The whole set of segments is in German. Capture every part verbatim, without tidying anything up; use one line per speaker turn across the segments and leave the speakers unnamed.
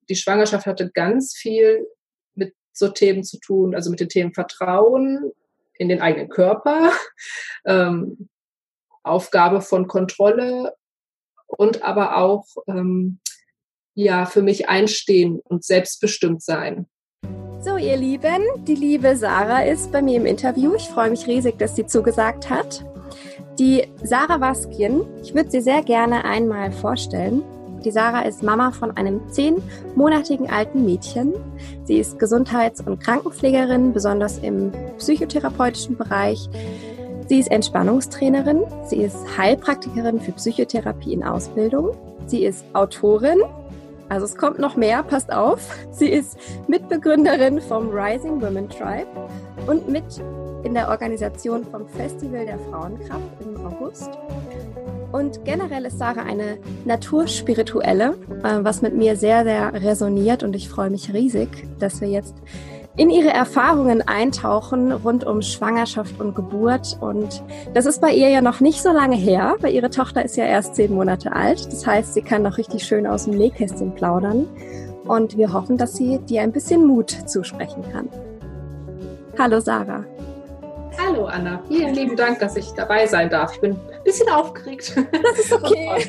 die Schwangerschaft hatte ganz viel mit so Themen zu tun, also mit den Themen Vertrauen in den eigenen Körper, ähm, Aufgabe von Kontrolle und aber auch ähm, ja für mich einstehen und selbstbestimmt sein.
So, ihr Lieben, die liebe Sarah ist bei mir im Interview. Ich freue mich riesig, dass sie zugesagt hat. Die Sarah Waskien, ich würde sie sehr gerne einmal vorstellen. Die Sarah ist Mama von einem zehnmonatigen alten Mädchen. Sie ist Gesundheits- und Krankenpflegerin, besonders im psychotherapeutischen Bereich. Sie ist Entspannungstrainerin. Sie ist Heilpraktikerin für Psychotherapie in Ausbildung. Sie ist Autorin. Also es kommt noch mehr, passt auf. Sie ist Mitbegründerin vom Rising Women Tribe und mit in der Organisation vom Festival der Frauenkraft im August. Und generell ist Sarah eine Naturspirituelle, was mit mir sehr, sehr resoniert. Und ich freue mich riesig, dass wir jetzt in ihre Erfahrungen eintauchen rund um Schwangerschaft und Geburt. Und das ist bei ihr ja noch nicht so lange her, weil ihre Tochter ist ja erst zehn Monate alt. Das heißt, sie kann noch richtig schön aus dem Nähkästchen plaudern. Und wir hoffen, dass sie dir ein bisschen Mut zusprechen kann. Hallo Sarah.
Hallo Anna, vielen lieben Dank, dass ich dabei sein darf. Ich bin ein bisschen aufgeregt.
Das ist okay.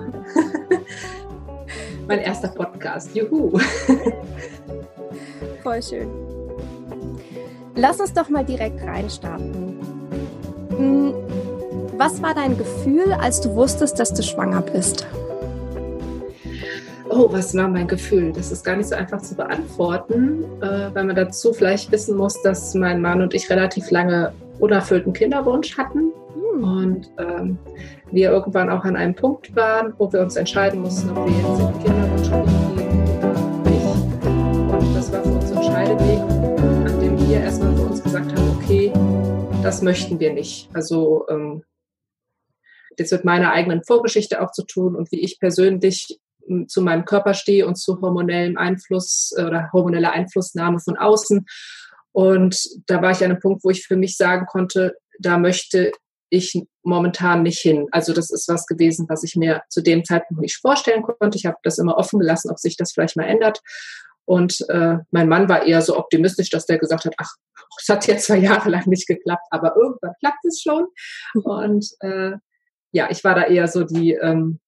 Mein erster Podcast, juhu.
Voll schön. Lass uns doch mal direkt reinstarten. Was war dein Gefühl, als du wusstest, dass du schwanger bist?
Oh, was war mein Gefühl? Das ist gar nicht so einfach zu beantworten, äh, weil man dazu vielleicht wissen muss, dass mein Mann und ich relativ lange unerfüllten Kinderwunsch hatten. Hm. Und ähm, wir irgendwann auch an einem Punkt waren, wo wir uns entscheiden mussten, ob wir jetzt den Kinderwunsch gehen oder nicht. Und das war für uns ein Scheideweg, an dem wir erstmal für uns gesagt haben, okay, das möchten wir nicht. Also ähm, das mit meiner eigenen Vorgeschichte auch zu tun und wie ich persönlich zu meinem Körper stehe und zu hormonellem Einfluss oder hormoneller Einflussnahme von außen. Und da war ich an einem Punkt, wo ich für mich sagen konnte, da möchte ich momentan nicht hin. Also das ist was gewesen, was ich mir zu dem Zeitpunkt nicht vorstellen konnte. Ich habe das immer offen gelassen, ob sich das vielleicht mal ändert. Und äh, mein Mann war eher so optimistisch, dass der gesagt hat, ach, es hat jetzt zwei Jahre lang nicht geklappt, aber irgendwann klappt es schon. Und äh, ja, ich war da eher so die ähm,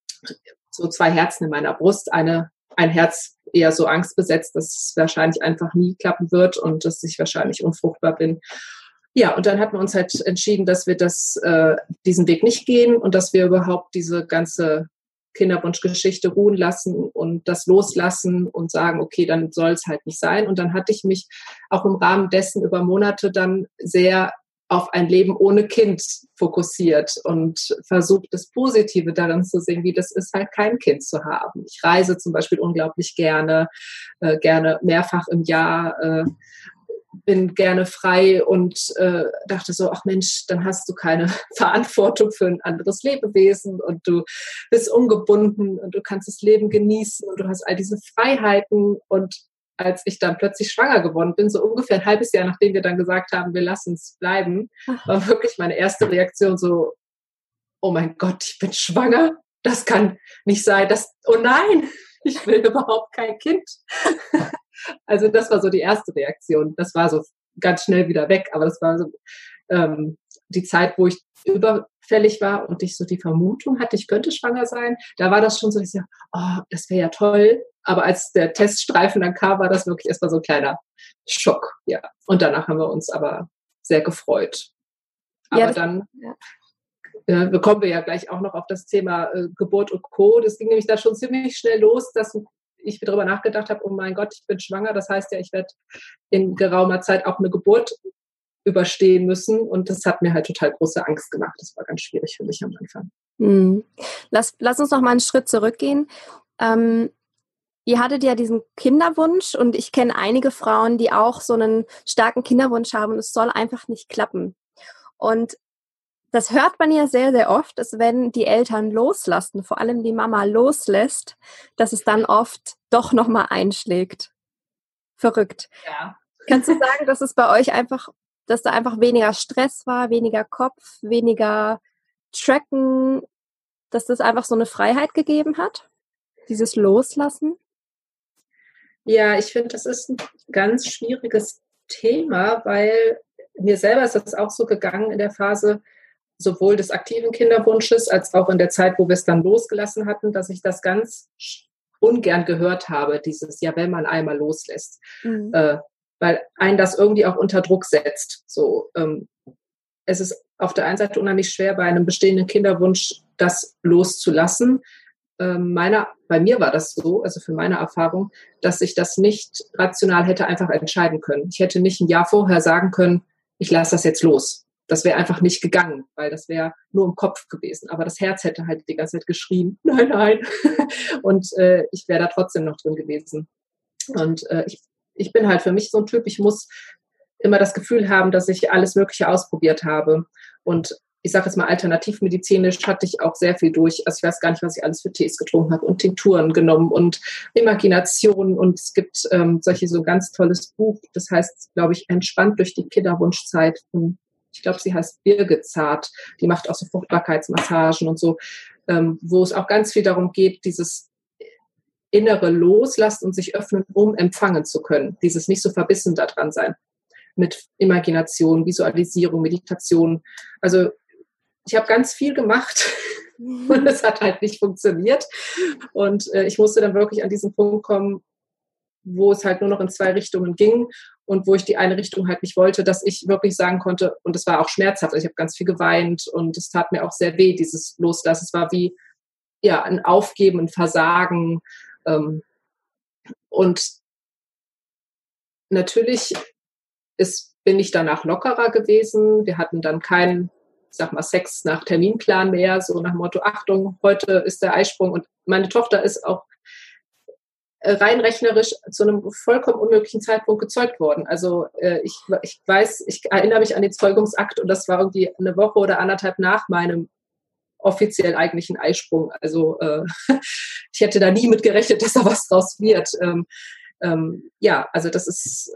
so zwei Herzen in meiner Brust. Eine, ein Herz eher so angstbesetzt, dass es wahrscheinlich einfach nie klappen wird und dass ich wahrscheinlich unfruchtbar bin. Ja, und dann hatten wir uns halt entschieden, dass wir das, äh, diesen Weg nicht gehen und dass wir überhaupt diese ganze Kinderwunschgeschichte ruhen lassen und das loslassen und sagen, okay, dann soll es halt nicht sein. Und dann hatte ich mich auch im Rahmen dessen über Monate dann sehr auf ein Leben ohne Kind fokussiert und versucht, das Positive darin zu sehen, wie das ist, halt kein Kind zu haben. Ich reise zum Beispiel unglaublich gerne, äh, gerne mehrfach im Jahr, äh, bin gerne frei und äh, dachte so, ach Mensch, dann hast du keine Verantwortung für ein anderes Lebewesen und du bist ungebunden und du kannst das Leben genießen und du hast all diese Freiheiten. Und als ich dann plötzlich schwanger geworden bin, so ungefähr ein halbes Jahr, nachdem wir dann gesagt haben, wir lassen es bleiben, war wirklich meine erste Reaktion so, oh mein Gott, ich bin schwanger, das kann nicht sein, das, oh nein, ich will überhaupt kein Kind. Also das war so die erste Reaktion. Das war so ganz schnell wieder weg, aber das war so ähm, die Zeit, wo ich überfällig war und ich so die Vermutung hatte, ich könnte schwanger sein. Da war das schon so, ich so, oh, das wäre ja toll. Aber als der Teststreifen dann kam, war das wirklich erstmal so ein kleiner Schock. Ja. Und danach haben wir uns aber sehr gefreut. Aber ja, dann ja. äh, kommen wir ja gleich auch noch auf das Thema äh, Geburt und Co. Das ging nämlich da schon ziemlich schnell los, dass ich darüber nachgedacht habe, oh mein Gott, ich bin schwanger. Das heißt ja, ich werde in geraumer Zeit auch eine Geburt überstehen müssen. Und das hat mir halt total große Angst gemacht. Das war ganz schwierig für mich am Anfang.
Hm. Lass, lass uns noch mal einen Schritt zurückgehen. Ähm, ihr hattet ja diesen Kinderwunsch und ich kenne einige Frauen, die auch so einen starken Kinderwunsch haben und es soll einfach nicht klappen. Und das hört man ja sehr, sehr oft, dass wenn die Eltern loslassen, vor allem die Mama loslässt, dass es dann oft doch nochmal einschlägt. Verrückt.
Ja.
Kannst du sagen, dass es bei euch einfach, dass da einfach weniger Stress war, weniger Kopf, weniger Tracken, dass das einfach so eine Freiheit gegeben hat? Dieses Loslassen?
Ja, ich finde, das ist ein ganz schwieriges Thema, weil mir selber ist das auch so gegangen in der Phase sowohl des aktiven Kinderwunsches als auch in der Zeit, wo wir es dann losgelassen hatten, dass ich das ganz ungern gehört habe, dieses, ja, wenn man einmal loslässt, mhm. äh, weil einen das irgendwie auch unter Druck setzt. So, ähm, es ist auf der einen Seite unheimlich schwer, bei einem bestehenden Kinderwunsch das loszulassen. Ähm, meiner, bei mir war das so, also für meine Erfahrung, dass ich das nicht rational hätte einfach entscheiden können. Ich hätte nicht ein Jahr vorher sagen können, ich lasse das jetzt los. Das wäre einfach nicht gegangen, weil das wäre nur im Kopf gewesen. Aber das Herz hätte halt die ganze Zeit geschrien, nein, nein. Und äh, ich wäre da trotzdem noch drin gewesen. Und äh, ich, ich bin halt für mich so ein Typ, ich muss immer das Gefühl haben, dass ich alles Mögliche ausprobiert habe. Und ich sage jetzt mal, alternativmedizinisch hatte ich auch sehr viel durch. Also ich weiß gar nicht, was ich alles für Tees getrunken habe und Tinkturen genommen und Imagination. Und es gibt ähm, solche so ein ganz tolles Buch, das heißt, glaube ich, Entspannt durch die Kinderwunschzeit. Und ich glaube, sie heißt Birgit Zart. Die macht auch so Fruchtbarkeitsmassagen und so, ähm, wo es auch ganz viel darum geht, dieses innere Loslassen und sich öffnen, um empfangen zu können. Dieses nicht so verbissen da dran sein. Mit Imagination, Visualisierung, Meditation. Also ich habe ganz viel gemacht und es hat halt nicht funktioniert. Und äh, ich musste dann wirklich an diesen Punkt kommen, wo es halt nur noch in zwei Richtungen ging und wo ich die eine Richtung halt nicht wollte, dass ich wirklich sagen konnte, und es war auch schmerzhaft, also ich habe ganz viel geweint und es tat mir auch sehr weh, dieses Loslassen. Es war wie ja ein Aufgeben, ein Versagen. Ähm, und natürlich ist, bin ich danach lockerer gewesen. Wir hatten dann keinen, ich sag mal, Sex nach Terminplan mehr, so nach dem Motto, Achtung, heute ist der Eisprung. Und meine Tochter ist auch rein rechnerisch zu einem vollkommen unmöglichen Zeitpunkt gezeugt worden. Also äh, ich, ich weiß, ich erinnere mich an den Zeugungsakt und das war irgendwie eine Woche oder anderthalb nach meinem offiziell eigentlichen Eisprung. Also äh, ich hätte da nie mit gerechnet, dass da was draus wird. Ähm, ähm, ja, also das ist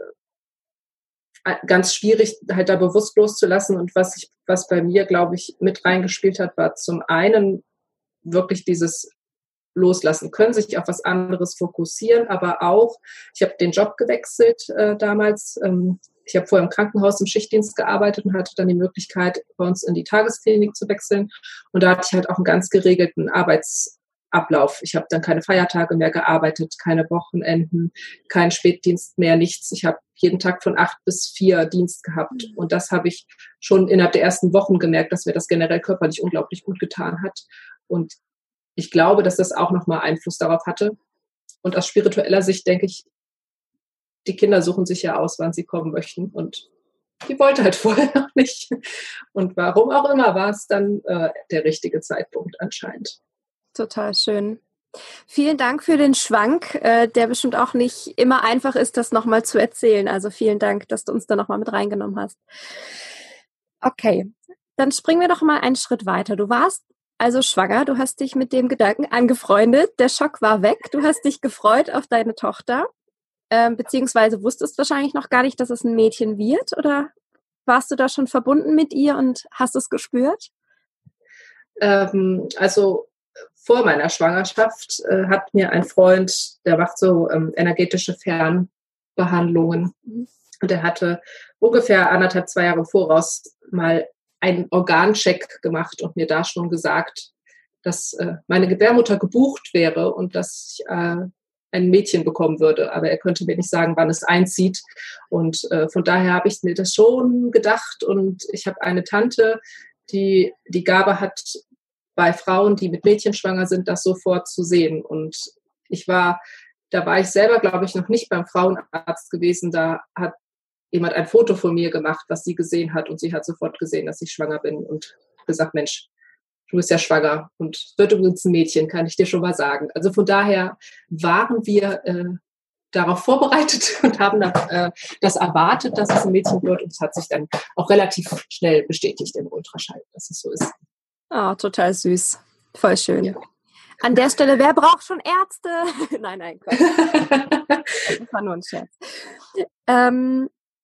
ganz schwierig, halt da bewusst loszulassen. Und was ich, was bei mir, glaube ich, mit reingespielt hat, war zum einen wirklich dieses Loslassen können, sich auf was anderes fokussieren, aber auch, ich habe den Job gewechselt äh, damals. Ähm, ich habe vorher im Krankenhaus im Schichtdienst gearbeitet und hatte dann die Möglichkeit, bei uns in die Tagesklinik zu wechseln. Und da hatte ich halt auch einen ganz geregelten Arbeitsablauf. Ich habe dann keine Feiertage mehr gearbeitet, keine Wochenenden, keinen Spätdienst mehr, nichts. Ich habe jeden Tag von acht bis vier Dienst gehabt. Und das habe ich schon innerhalb der ersten Wochen gemerkt, dass mir das generell körperlich unglaublich gut getan hat. Und ich glaube, dass das auch nochmal Einfluss darauf hatte. Und aus spiritueller Sicht denke ich, die Kinder suchen sich ja aus, wann sie kommen möchten. Und die wollte halt vorher noch nicht. Und warum auch immer war es dann äh, der richtige Zeitpunkt anscheinend.
Total schön. Vielen Dank für den Schwank, äh, der bestimmt auch nicht immer einfach ist, das nochmal zu erzählen. Also vielen Dank, dass du uns da nochmal mit reingenommen hast. Okay, dann springen wir doch mal einen Schritt weiter. Du warst also schwanger, du hast dich mit dem Gedanken angefreundet, der Schock war weg, du hast dich gefreut auf deine Tochter, ähm, beziehungsweise wusstest wahrscheinlich noch gar nicht, dass es ein Mädchen wird, oder warst du da schon verbunden mit ihr und hast es gespürt?
Ähm, also vor meiner Schwangerschaft äh, hat mir ein Freund, der macht so ähm, energetische Fernbehandlungen, mhm. und der hatte ungefähr anderthalb, zwei Jahre voraus mal einen Organcheck gemacht und mir da schon gesagt, dass äh, meine Gebärmutter gebucht wäre und dass ich äh, ein Mädchen bekommen würde. Aber er könnte mir nicht sagen, wann es einzieht. Und äh, von daher habe ich mir das schon gedacht. Und ich habe eine Tante, die die Gabe hat, bei Frauen, die mit Mädchen schwanger sind, das sofort zu sehen. Und ich war, da war ich selber, glaube ich, noch nicht beim Frauenarzt gewesen. Da hat jemand ein Foto von mir gemacht, was sie gesehen hat, und sie hat sofort gesehen, dass ich schwanger bin und gesagt, Mensch, du bist ja schwanger und wird übrigens ein Mädchen, kann ich dir schon mal sagen. Also von daher waren wir äh, darauf vorbereitet und haben dann, äh, das erwartet, dass es ein Mädchen wird, und es hat sich dann auch relativ schnell bestätigt im Ultraschall, dass es so ist.
Oh, total süß. Voll schön. Ja. An der Stelle, wer braucht schon Ärzte? nein, nein, Quatsch. Das war nur ein Scherz. Ähm,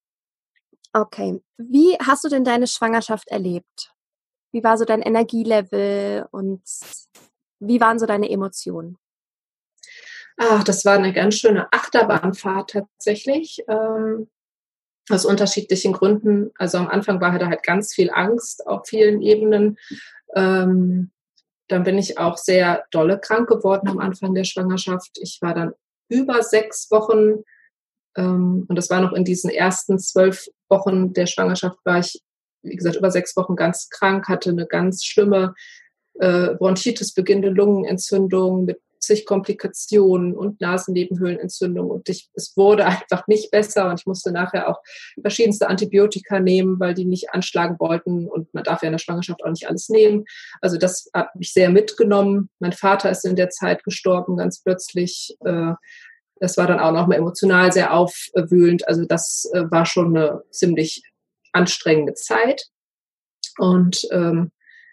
Okay. Wie hast du denn deine Schwangerschaft erlebt? Wie war so dein Energielevel und wie waren so deine Emotionen?
Ach, das war eine ganz schöne Achterbahnfahrt tatsächlich. Ähm, aus unterschiedlichen Gründen. Also am Anfang war da halt ganz viel Angst auf vielen Ebenen. Ähm, dann bin ich auch sehr dolle krank geworden am Anfang der Schwangerschaft. Ich war dann über sechs Wochen, ähm, und das war noch in diesen ersten zwölf Wochen der Schwangerschaft, war ich, wie gesagt, über sechs Wochen ganz krank, hatte eine ganz schlimme äh, Bronchitis, beginnende Lungenentzündung mit zig Komplikationen und Nasennebenhöhlenentzündung. Und ich, es wurde einfach nicht besser und ich musste nachher auch verschiedenste Antibiotika nehmen, weil die nicht anschlagen wollten und man darf ja in der Schwangerschaft auch nicht alles nehmen. Also das hat mich sehr mitgenommen. Mein Vater ist in der Zeit gestorben, ganz plötzlich. Das war dann auch nochmal emotional sehr aufwühlend. Also das war schon eine ziemlich anstrengende Zeit. Und ähm,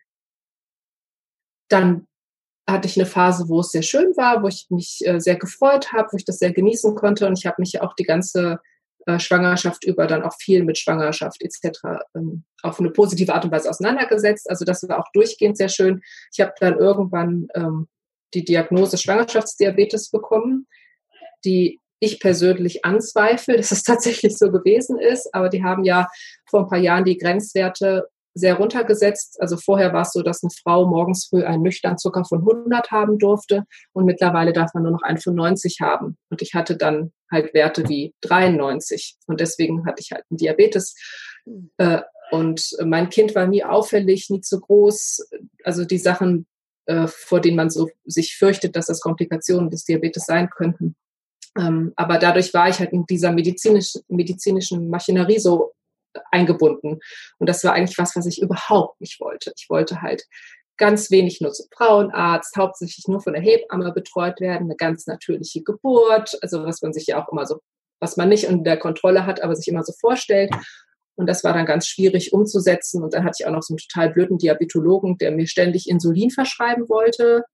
dann hatte ich eine Phase, wo es sehr schön war, wo ich mich äh, sehr gefreut habe, wo ich das sehr genießen konnte. Und ich habe mich auch die ganze äh, Schwangerschaft über dann auch viel mit Schwangerschaft et cetera ähm, auf eine positive Art und Weise auseinandergesetzt. Also das war auch durchgehend sehr schön. Ich habe dann irgendwann ähm, die Diagnose Schwangerschaftsdiabetes bekommen, die ich persönlich anzweifle, dass es tatsächlich so gewesen ist. Aber die haben ja vor ein paar Jahren die Grenzwerte sehr runtergesetzt. Also vorher war es so, dass eine Frau morgens früh einen Nüchternzucker von hundert haben durfte und mittlerweile darf man nur noch einen von neunzig haben. Und ich hatte dann halt Werte wie dreiundneunzig und deswegen hatte ich halt einen Diabetes. Äh, und mein Kind war nie auffällig, nie zu groß. Also die Sachen, äh, vor denen man so sich fürchtet, dass das Komplikationen des Diabetes sein könnten. Ähm, aber dadurch war ich halt in dieser medizinisch, medizinischen Maschinerie so eingebunden. Und das war eigentlich was, was ich überhaupt nicht wollte. Ich wollte halt ganz wenig nur zum Frauenarzt, hauptsächlich nur von der Hebamme betreut werden, eine ganz natürliche Geburt, also was man sich ja auch immer so, was man nicht unter Kontrolle hat, aber sich immer so vorstellt. Und das war dann ganz schwierig umzusetzen. Und dann hatte ich auch noch so einen total blöden Diabetologen, der mir ständig Insulin verschreiben wollte,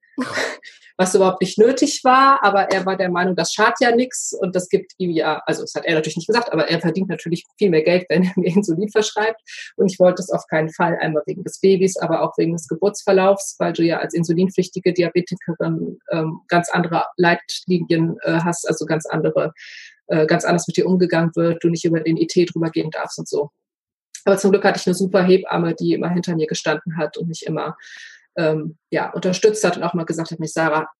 was überhaupt nicht nötig war. Aber er war der Meinung, das schadet ja nichts. Und das gibt ihm ja, also das hat er natürlich nicht gesagt, aber er verdient natürlich viel mehr Geld, wenn er mir Insulin verschreibt. Und ich wollte es auf keinen Fall, einmal wegen des Babys, aber auch wegen des Geburtsverlaufs, weil du ja als insulinpflichtige Diabetikerin ähm, ganz andere Leitlinien äh, hast, also ganz andere ganz anders mit dir umgegangen wird, du nicht über den I T drüber gehen darfst und so. Aber zum Glück hatte ich eine super Hebamme, die immer hinter mir gestanden hat und mich immer ähm, ja, unterstützt hat und auch mal gesagt hat, mich Sarah,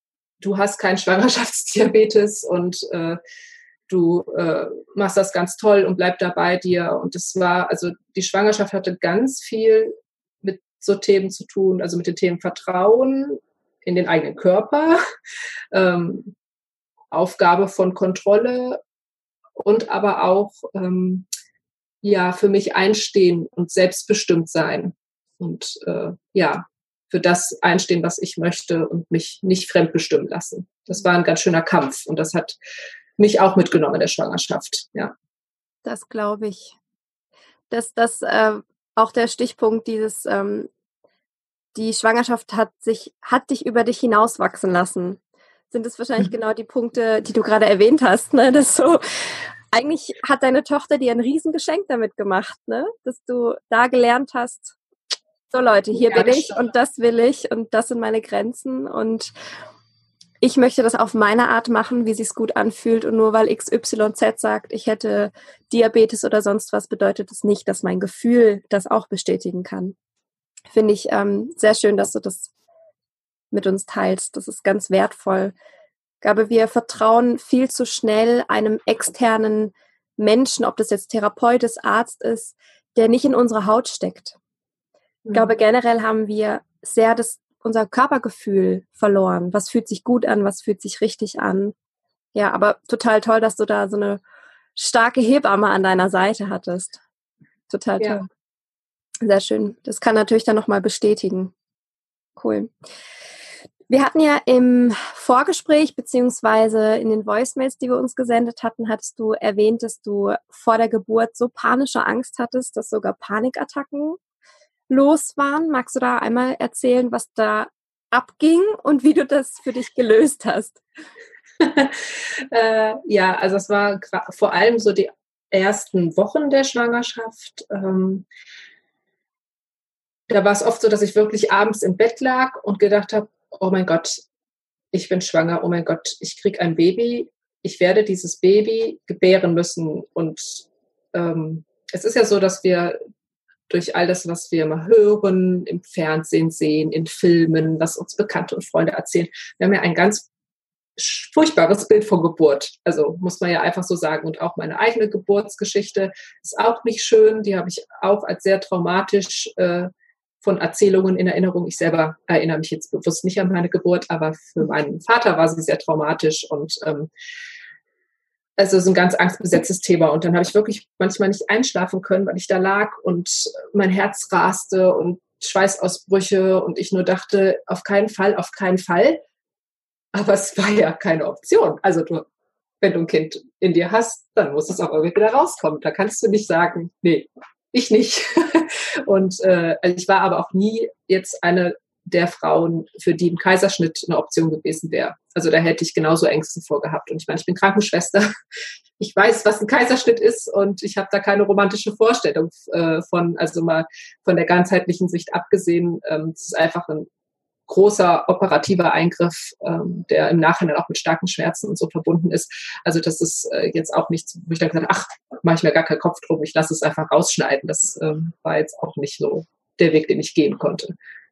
du hast keinen Schwangerschaftsdiabetes und äh, du äh, machst das ganz toll und bleib da bei dir. Und das war, also die Schwangerschaft hatte ganz viel mit so Themen zu tun, also mit den Themen Vertrauen in den eigenen Körper, ähm, Aufgabe von Kontrolle und aber auch ähm, ja für mich einstehen und selbstbestimmt sein und äh, ja für das einstehen, was ich möchte und mich nicht fremdbestimmen lassen. Das war ein ganz schöner Kampf und das hat mich auch mitgenommen in der Schwangerschaft. Ja,
das glaube ich. Dass das äh, auch der Stichpunkt dieses ähm, die Schwangerschaft hat sich hat dich über dich hinauswachsen lassen. Sind es wahrscheinlich genau die Punkte, die du gerade erwähnt hast, ne? Dass so, eigentlich hat deine Tochter dir ein Riesengeschenk damit gemacht, ne? Dass du da gelernt hast, so Leute, hier ja, bin ich und das will ich und das sind meine Grenzen und ich möchte das auf meine Art machen, wie es sich gut anfühlt und nur weil X Y Z sagt, ich hätte Diabetes oder sonst was, bedeutet es nicht, dass mein Gefühl das auch bestätigen kann. Finde ich ähm, sehr schön, dass du das mit uns teilst. Das ist ganz wertvoll. Ich glaube, wir vertrauen viel zu schnell einem externen Menschen, ob das jetzt Therapeut ist, Arzt ist, der nicht in unserer Haut steckt. Ich glaube, generell haben wir sehr das, unser Körpergefühl verloren. Was fühlt sich gut an, was fühlt sich richtig an. Ja, aber total toll, dass du da so eine starke Hebamme an deiner Seite hattest. Total toll. Ja. Sehr schön. Das kann natürlich dann nochmal bestätigen. Cool. Wir hatten ja im Vorgespräch beziehungsweise in den Voicemails, die wir uns gesendet hatten, hattest du erwähnt, dass du vor der Geburt so panische Angst hattest, dass sogar Panikattacken los waren. Magst du da einmal erzählen, was da abging und wie du das für dich gelöst hast?
äh, ja, also es war vor allem so die ersten Wochen der Schwangerschaft. Ähm, da war es oft so, dass ich wirklich abends im Bett lag und gedacht habe, oh mein Gott, ich bin schwanger, oh mein Gott, ich kriege ein Baby, ich werde dieses Baby gebären müssen. Und ähm, es ist ja so, dass wir durch all das, was wir immer hören, im Fernsehen sehen, in Filmen, was uns Bekannte und Freunde erzählen, wir haben ja ein ganz furchtbares Bild von Geburt. Also muss man ja einfach so sagen. Und auch meine eigene Geburtsgeschichte ist auch nicht schön. Die habe ich auch als sehr traumatisch äh, von Erzählungen in Erinnerung. Ich selber erinnere mich jetzt bewusst nicht an meine Geburt, aber für meinen Vater war sie sehr traumatisch und ähm, also es ist ein ganz angstbesetztes Thema. Und dann habe ich wirklich manchmal nicht einschlafen können, weil ich da lag und mein Herz raste und Schweißausbrüche und ich nur dachte, auf keinen Fall, auf keinen Fall. Aber es war ja keine Option. Also du, wenn du ein Kind in dir hast, dann muss es auch irgendwie wieder rauskommen. Da kannst du nicht sagen, nee, ich nicht. Und äh, ich war aber auch nie jetzt eine der Frauen, für die ein Kaiserschnitt eine Option gewesen wäre. Also da hätte ich genauso Ängste vorgehabt. Und ich meine, ich bin Krankenschwester. Ich weiß, was ein Kaiserschnitt ist und ich habe da keine romantische Vorstellung äh, von, also mal von der ganzheitlichen Sicht abgesehen. Ähm, es ist einfach ein großer operativer Eingriff, ähm, der im Nachhinein auch mit starken Schmerzen und so verbunden ist. Also das ist äh, jetzt auch nichts, wo ich dann gesagt habe, ach, mache ich mir gar keinen Kopf drum, ich lasse es einfach rausschneiden. Das ähm, war jetzt auch nicht so der Weg, den ich gehen konnte.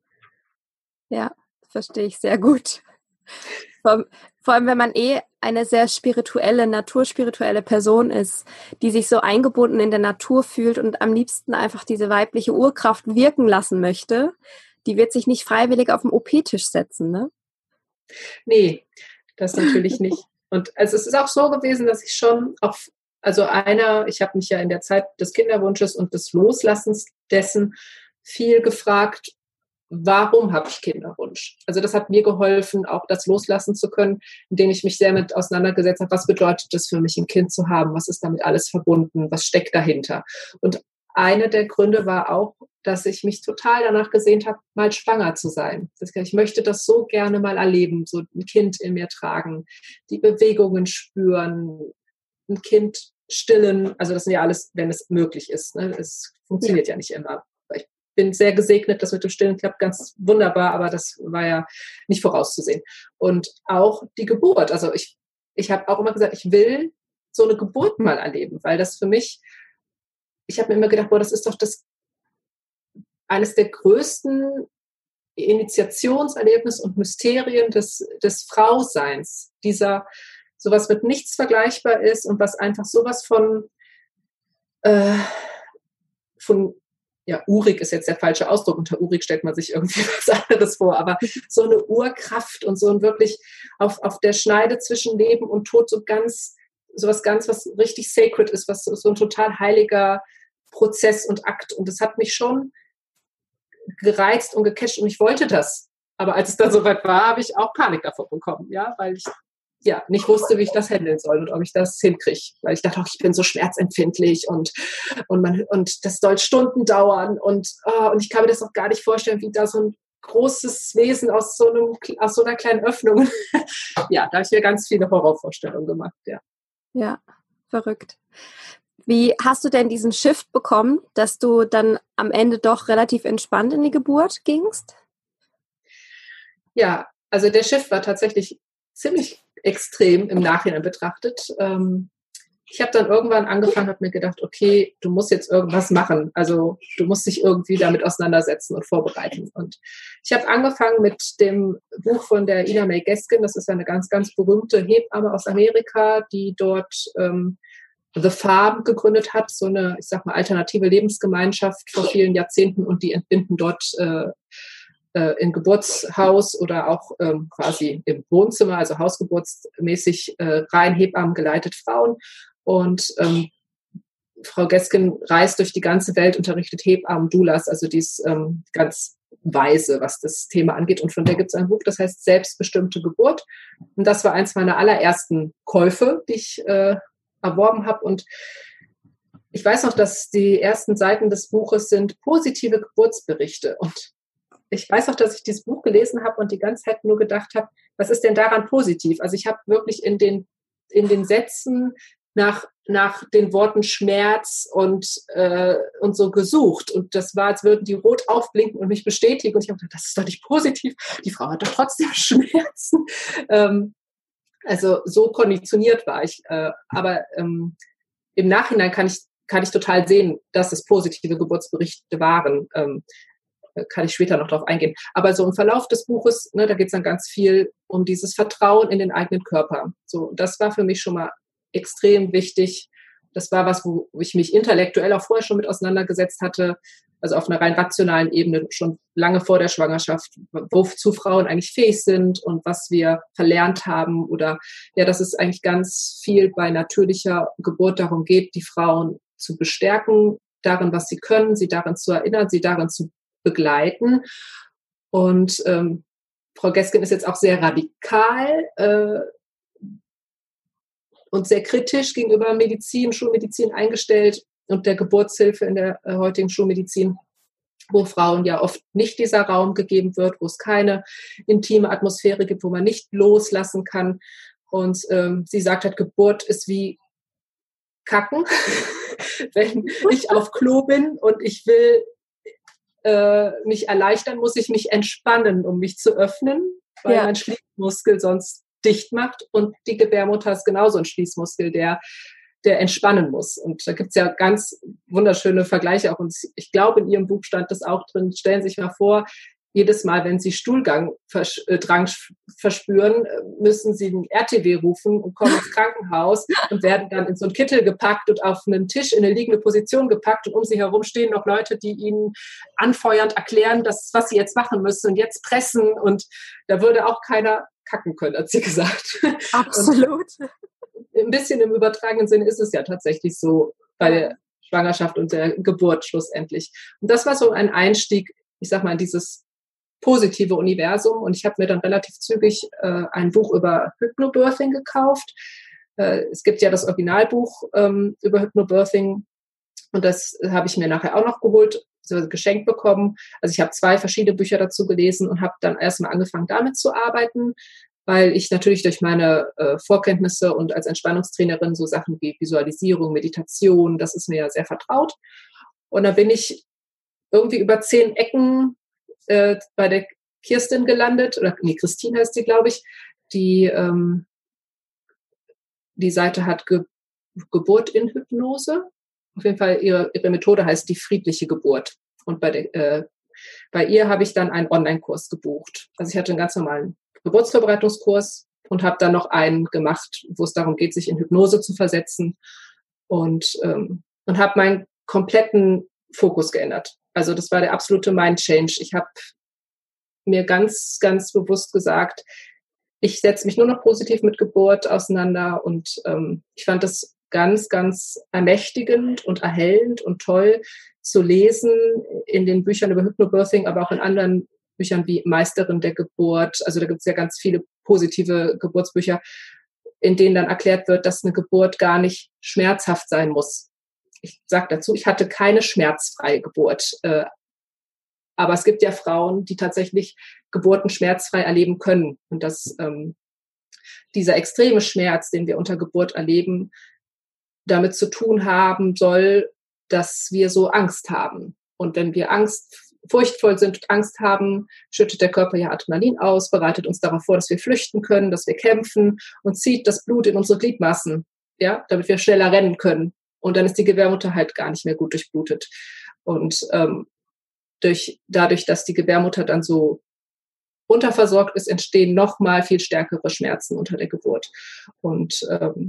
Ja, verstehe ich sehr gut. Vor, vor allem, wenn man eh eine sehr spirituelle, naturspirituelle Person ist, die sich so eingebunden in der Natur fühlt und am liebsten einfach diese weibliche Urkraft wirken lassen möchte, die wird sich nicht freiwillig auf den O P-Tisch setzen, ne? Nee,
das natürlich nicht. Und also es ist auch so gewesen, dass ich schon auf, also einer, ich habe mich ja in der Zeit des Kinderwunsches und des Loslassens dessen viel gefragt, warum habe ich Kinderwunsch? Also das hat mir geholfen, auch das loslassen zu können, indem ich mich sehr mit auseinandergesetzt habe, was bedeutet es für mich, ein Kind zu haben? Was ist damit alles verbunden? Was steckt dahinter? Und einer der Gründe war auch, dass ich mich total danach gesehnt habe, mal schwanger zu sein. Ich möchte das so gerne mal erleben, so ein Kind in mir tragen, die Bewegungen spüren, ein Kind stillen. Also das sind ja alles, wenn es möglich ist. Ne? Es funktioniert ja. ja nicht immer. Ich bin sehr gesegnet, das mit dem Stillen klappt ganz wunderbar, aber das war ja nicht vorauszusehen. Und auch die Geburt. Also ich, ich habe auch immer gesagt, ich will so eine Geburt mal erleben, weil das für mich, ich habe mir immer gedacht, boah, das ist doch das eines der größten Initiationserlebnisse und Mysterien des, des Frauseins. Dieser, sowas mit nichts vergleichbar ist und was einfach sowas von, äh, von, ja, urig ist jetzt der falsche Ausdruck. Unter urig stellt man sich irgendwie was anderes vor, aber so eine Urkraft und so ein wirklich auf, auf der Schneide zwischen Leben und Tod so ganz, sowas ganz, was richtig sacred ist, was so ein total heiliger Prozess und Akt. Und das hat mich schon gereizt und gecatcht und ich wollte das. Aber als es dann soweit war, habe ich auch Panik davor bekommen, ja, weil ich ja nicht wusste, wie ich das handeln soll und ob ich das hinkriege. Weil ich dachte, oh, ich bin so schmerzempfindlich und, und, man, und das soll Stunden dauern und, oh, und ich kann mir das auch gar nicht vorstellen, wie da so ein großes Wesen aus so, einem, aus so einer kleinen Öffnung. Ja, da habe ich mir ganz viele Horrorvorstellungen gemacht, ja.
Ja, verrückt. Wie hast du denn diesen Shift bekommen, dass du dann am Ende doch relativ entspannt in die Geburt gingst?
Ja, also der Shift war tatsächlich ziemlich extrem im Nachhinein betrachtet. Ich habe dann irgendwann angefangen, habe mir gedacht, okay, du musst jetzt irgendwas machen. Also du musst dich irgendwie damit auseinandersetzen und vorbereiten. Und ich habe angefangen mit dem Buch von der Ina May Gaskin. Das ist eine ganz, ganz berühmte Hebamme aus Amerika, die dort ähm, The Farm gegründet hat, so eine, ich sag mal, alternative Lebensgemeinschaft vor vielen Jahrzehnten und die entbinden dort äh, äh, im Geburtshaus oder auch ähm, quasi im Wohnzimmer, also hausgeburtsmäßig äh, rein Hebammen geleitet Frauen. Und ähm, Frau Gaskin reist durch die ganze Welt, unterrichtet Hebammen, Doulas, also die ist ähm, ganz weise, was das Thema angeht. Und von der gibt es ein Buch, das heißt Selbstbestimmte Geburt. Und das war eins meiner allerersten Käufe, die ich äh, erworben habe. Und ich weiß noch, dass die ersten Seiten des Buches sind positive Geburtsberichte. Und ich weiß auch, dass ich dieses Buch gelesen habe und die ganze Zeit nur gedacht habe, was ist denn daran positiv? Also ich habe wirklich in den, in den Sätzen nach, nach den Worten Schmerz und, äh, und so gesucht. Und das war, als würden die rot aufblinken und mich bestätigen. Und ich habe gedacht, das ist doch nicht positiv. Die Frau hat doch trotzdem Schmerzen. Ähm, also so konditioniert war ich. Äh, aber ähm, im Nachhinein kann ich, kann ich total sehen, dass es positive Geburtsberichte waren. Ähm, kann ich später noch drauf eingehen. Aber so im Verlauf des Buches, ne, da geht es dann ganz viel um dieses Vertrauen in den eigenen Körper. So, das war für mich schon mal extrem wichtig. Das war was, wo ich mich intellektuell auch vorher schon mit auseinandergesetzt hatte, also auf einer rein rationalen Ebene schon lange vor der Schwangerschaft, wozu Frauen eigentlich fähig sind und was wir verlernt haben oder ja, dass es eigentlich ganz viel bei natürlicher Geburt darum geht, die Frauen zu bestärken, darin, was sie können, sie darin zu erinnern, sie darin zu begleiten. Und ähm, Frau Geskin ist jetzt auch sehr radikal äh, und sehr kritisch gegenüber Medizin, Schulmedizin eingestellt und der Geburtshilfe in der äh, heutigen Schulmedizin, wo Frauen ja oft nicht dieser Raum gegeben wird, wo es keine intime Atmosphäre gibt, wo man nicht loslassen kann. Und ähm, sie sagt halt, Geburt ist wie Kacken. Wenn ich auf Klo bin und ich will äh, mich erleichtern, muss ich mich entspannen, um mich zu öffnen, weil ja. mein Schließmuskel sonst dicht macht. Und die Gebärmutter ist genauso ein Schließmuskel, der, der entspannen muss. Und da gibt es ja ganz wunderschöne Vergleiche auch. Und ich glaube, in Ihrem Buch stand das auch drin. Stellen Sie sich mal vor, jedes Mal, wenn Sie Stuhlgang äh, Drang verspüren, müssen Sie den R T W rufen und kommen ins Krankenhaus und werden dann in so einen Kittel gepackt und auf einen Tisch in eine liegende Position gepackt. Und um Sie herum stehen noch Leute, die Ihnen anfeuernd erklären, dass, was Sie jetzt machen müssen und jetzt pressen. Und da würde auch keiner kacken können, hat sie gesagt.
Absolut.
Und ein bisschen im übertragenen Sinne ist es ja tatsächlich so bei der Schwangerschaft und der Geburt schlussendlich. Und das war so ein Einstieg, ich sag mal, in dieses positive Universum. Und ich habe mir dann relativ zügig äh, ein Buch über Hypnobirthing gekauft. Äh, es gibt ja das Originalbuch ähm, über Hypnobirthing und das habe ich mir nachher auch noch geholt, so geschenkt bekommen. Also ich habe zwei verschiedene Bücher dazu gelesen und habe dann erstmal angefangen, damit zu arbeiten, weil ich natürlich durch meine äh, Vorkenntnisse und als Entspannungstrainerin so Sachen wie Visualisierung, Meditation, das ist mir ja sehr vertraut. Und da bin ich irgendwie über zehn Ecken äh, bei der Kirsten gelandet, oder nee, Christine heißt die, glaube ich, die ähm, die Seite hat Ge- Geburt in Hypnose. Auf jeden Fall, ihre, ihre Methode heißt die friedliche Geburt. Und bei, der, äh, bei ihr habe ich dann einen Online-Kurs gebucht. Also ich hatte einen ganz normalen Geburtsvorbereitungskurs und habe dann noch einen gemacht, wo es darum geht, sich in Hypnose zu versetzen. Und, ähm, und habe meinen kompletten Fokus geändert. Also das war der absolute Mind-Change. Ich habe mir ganz, ganz bewusst gesagt, ich setze mich nur noch positiv mit Geburt auseinander und ähm, ich fand das ganz, ganz ermächtigend und erhellend und toll zu lesen in den Büchern über Hypnobirthing, aber auch in anderen Büchern wie Meisterin der Geburt. Also da gibt es ja ganz viele positive Geburtsbücher, in denen dann erklärt wird, dass eine Geburt gar nicht schmerzhaft sein muss. Ich sage dazu, ich hatte keine schmerzfreie Geburt. Äh, aber es gibt ja Frauen, die tatsächlich Geburten schmerzfrei erleben können. Und dass ähm, dieser extreme Schmerz, den wir unter Geburt erleben, damit zu tun haben soll, dass wir so Angst haben. Und wenn wir Angst, furchtvoll sind, Angst haben, schüttet der Körper ja Adrenalin aus, bereitet uns darauf vor, dass wir flüchten können, dass wir kämpfen und zieht das Blut in unsere Gliedmaßen, ja, damit wir schneller rennen können. Und dann ist die Gebärmutter halt gar nicht mehr gut durchblutet. Und ähm, durch, dadurch, dass die Gebärmutter dann so unterversorgt ist, entstehen noch mal viel stärkere Schmerzen unter der Geburt. Und ähm,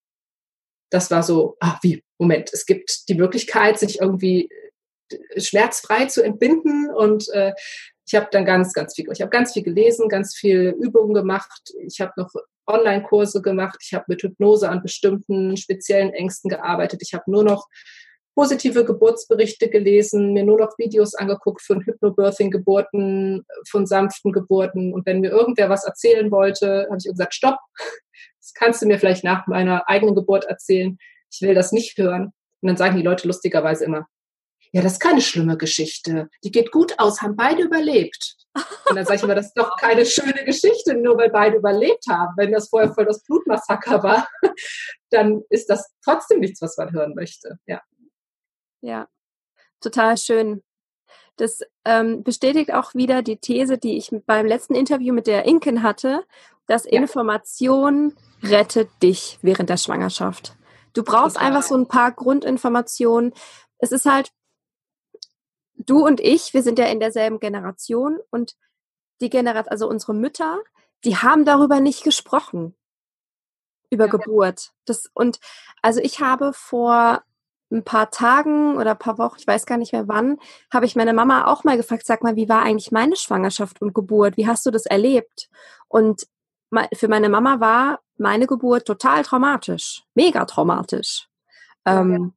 das war so, ah, wie, Moment, es gibt die Möglichkeit, sich irgendwie schmerzfrei zu entbinden. Und äh, ich habe dann ganz, ganz viel, ich habe ganz viel gelesen, ganz viel Übungen gemacht. Ich habe noch Online-Kurse gemacht. Ich habe mit Hypnose an bestimmten speziellen Ängsten gearbeitet. Ich habe nur noch positive Geburtsberichte gelesen, mir nur noch Videos angeguckt von Hypnobirthing-Geburten, von sanften Geburten. Und wenn mir irgendwer was erzählen wollte, habe ich gesagt, stopp, das kannst du mir vielleicht nach meiner eigenen Geburt erzählen. Ich will das nicht hören. Und dann sagen die Leute lustigerweise immer, ja, das ist keine schlimme Geschichte. Die geht gut aus, haben beide überlebt. Und dann sage ich immer, das ist doch keine schöne Geschichte, nur weil beide überlebt haben. Wenn das vorher voll das Blutmassaker war, dann ist das trotzdem nichts, was man hören möchte. Ja,
ja, total schön. Das ähm, bestätigt auch wieder die These, die ich beim letzten Interview mit der Inken hatte, dass ja. Information rettet dich während der Schwangerschaft. Du brauchst total. Einfach so ein paar Grundinformationen. Es ist halt, du und ich, wir sind ja in derselben Generation und die Generation, also unsere Mütter, die haben darüber nicht gesprochen, über ja. Geburt. Das, und also ich habe vor ein paar Tagen oder ein paar Wochen, ich weiß gar nicht mehr wann, habe ich meine Mama auch mal gefragt, sag mal, wie war eigentlich meine Schwangerschaft und Geburt? Wie hast du das erlebt? Und für meine Mama war meine Geburt total traumatisch, mega traumatisch. Ja. Ähm,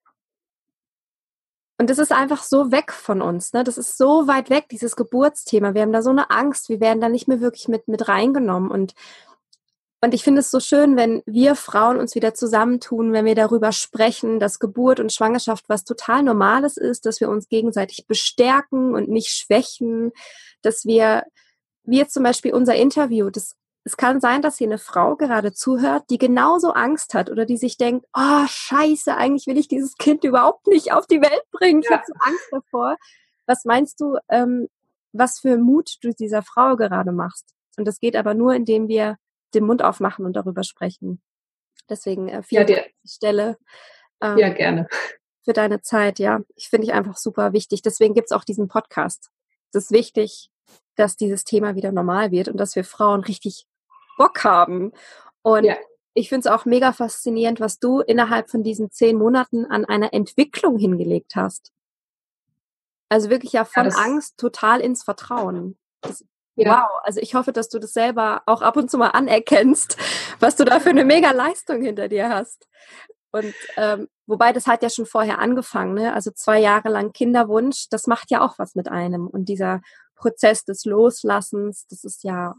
und das ist einfach so weg von uns, ne? Das ist so weit weg, dieses Geburtsthema. Wir haben da so eine Angst, wir werden da nicht mehr wirklich mit, mit reingenommen. Und Und ich finde es so schön, wenn wir Frauen uns wieder zusammentun, wenn wir darüber sprechen, dass Geburt und Schwangerschaft was total Normales ist, dass wir uns gegenseitig bestärken und nicht schwächen, dass wir, wie jetzt zum Beispiel unser Interview, das, es kann sein, dass hier eine Frau gerade zuhört, die genauso Angst hat oder die sich denkt, oh scheiße, eigentlich will ich dieses Kind überhaupt nicht auf die Welt bringen, ich ja. habe so Angst davor. Was meinst du, ähm, was für Mut du dieser Frau gerade machst? Und das geht aber nur, indem wir den Mund aufmachen und darüber sprechen. Deswegen äh, vielen Dank an die Stelle. Ähm,
ja, gerne.
Für deine Zeit, ja. Ich finde ich einfach super wichtig. Deswegen gibt es auch diesen Podcast. Es ist wichtig, dass dieses Thema wieder normal wird und dass wir Frauen richtig Bock haben. Und ja. ich finde es auch mega faszinierend, was du innerhalb von diesen zehn Monaten an einer Entwicklung hingelegt hast. Also wirklich ja von ja, Angst total ins Vertrauen. Das, Ja. Wow, also ich hoffe, dass du das selber auch ab und zu mal anerkennst, was du da für eine mega Leistung hinter dir hast. Und ähm, wobei das hat ja schon vorher angefangen, ne? Also zwei Jahre lang Kinderwunsch, das macht ja auch was mit einem. Und dieser Prozess des Loslassens, das ist ja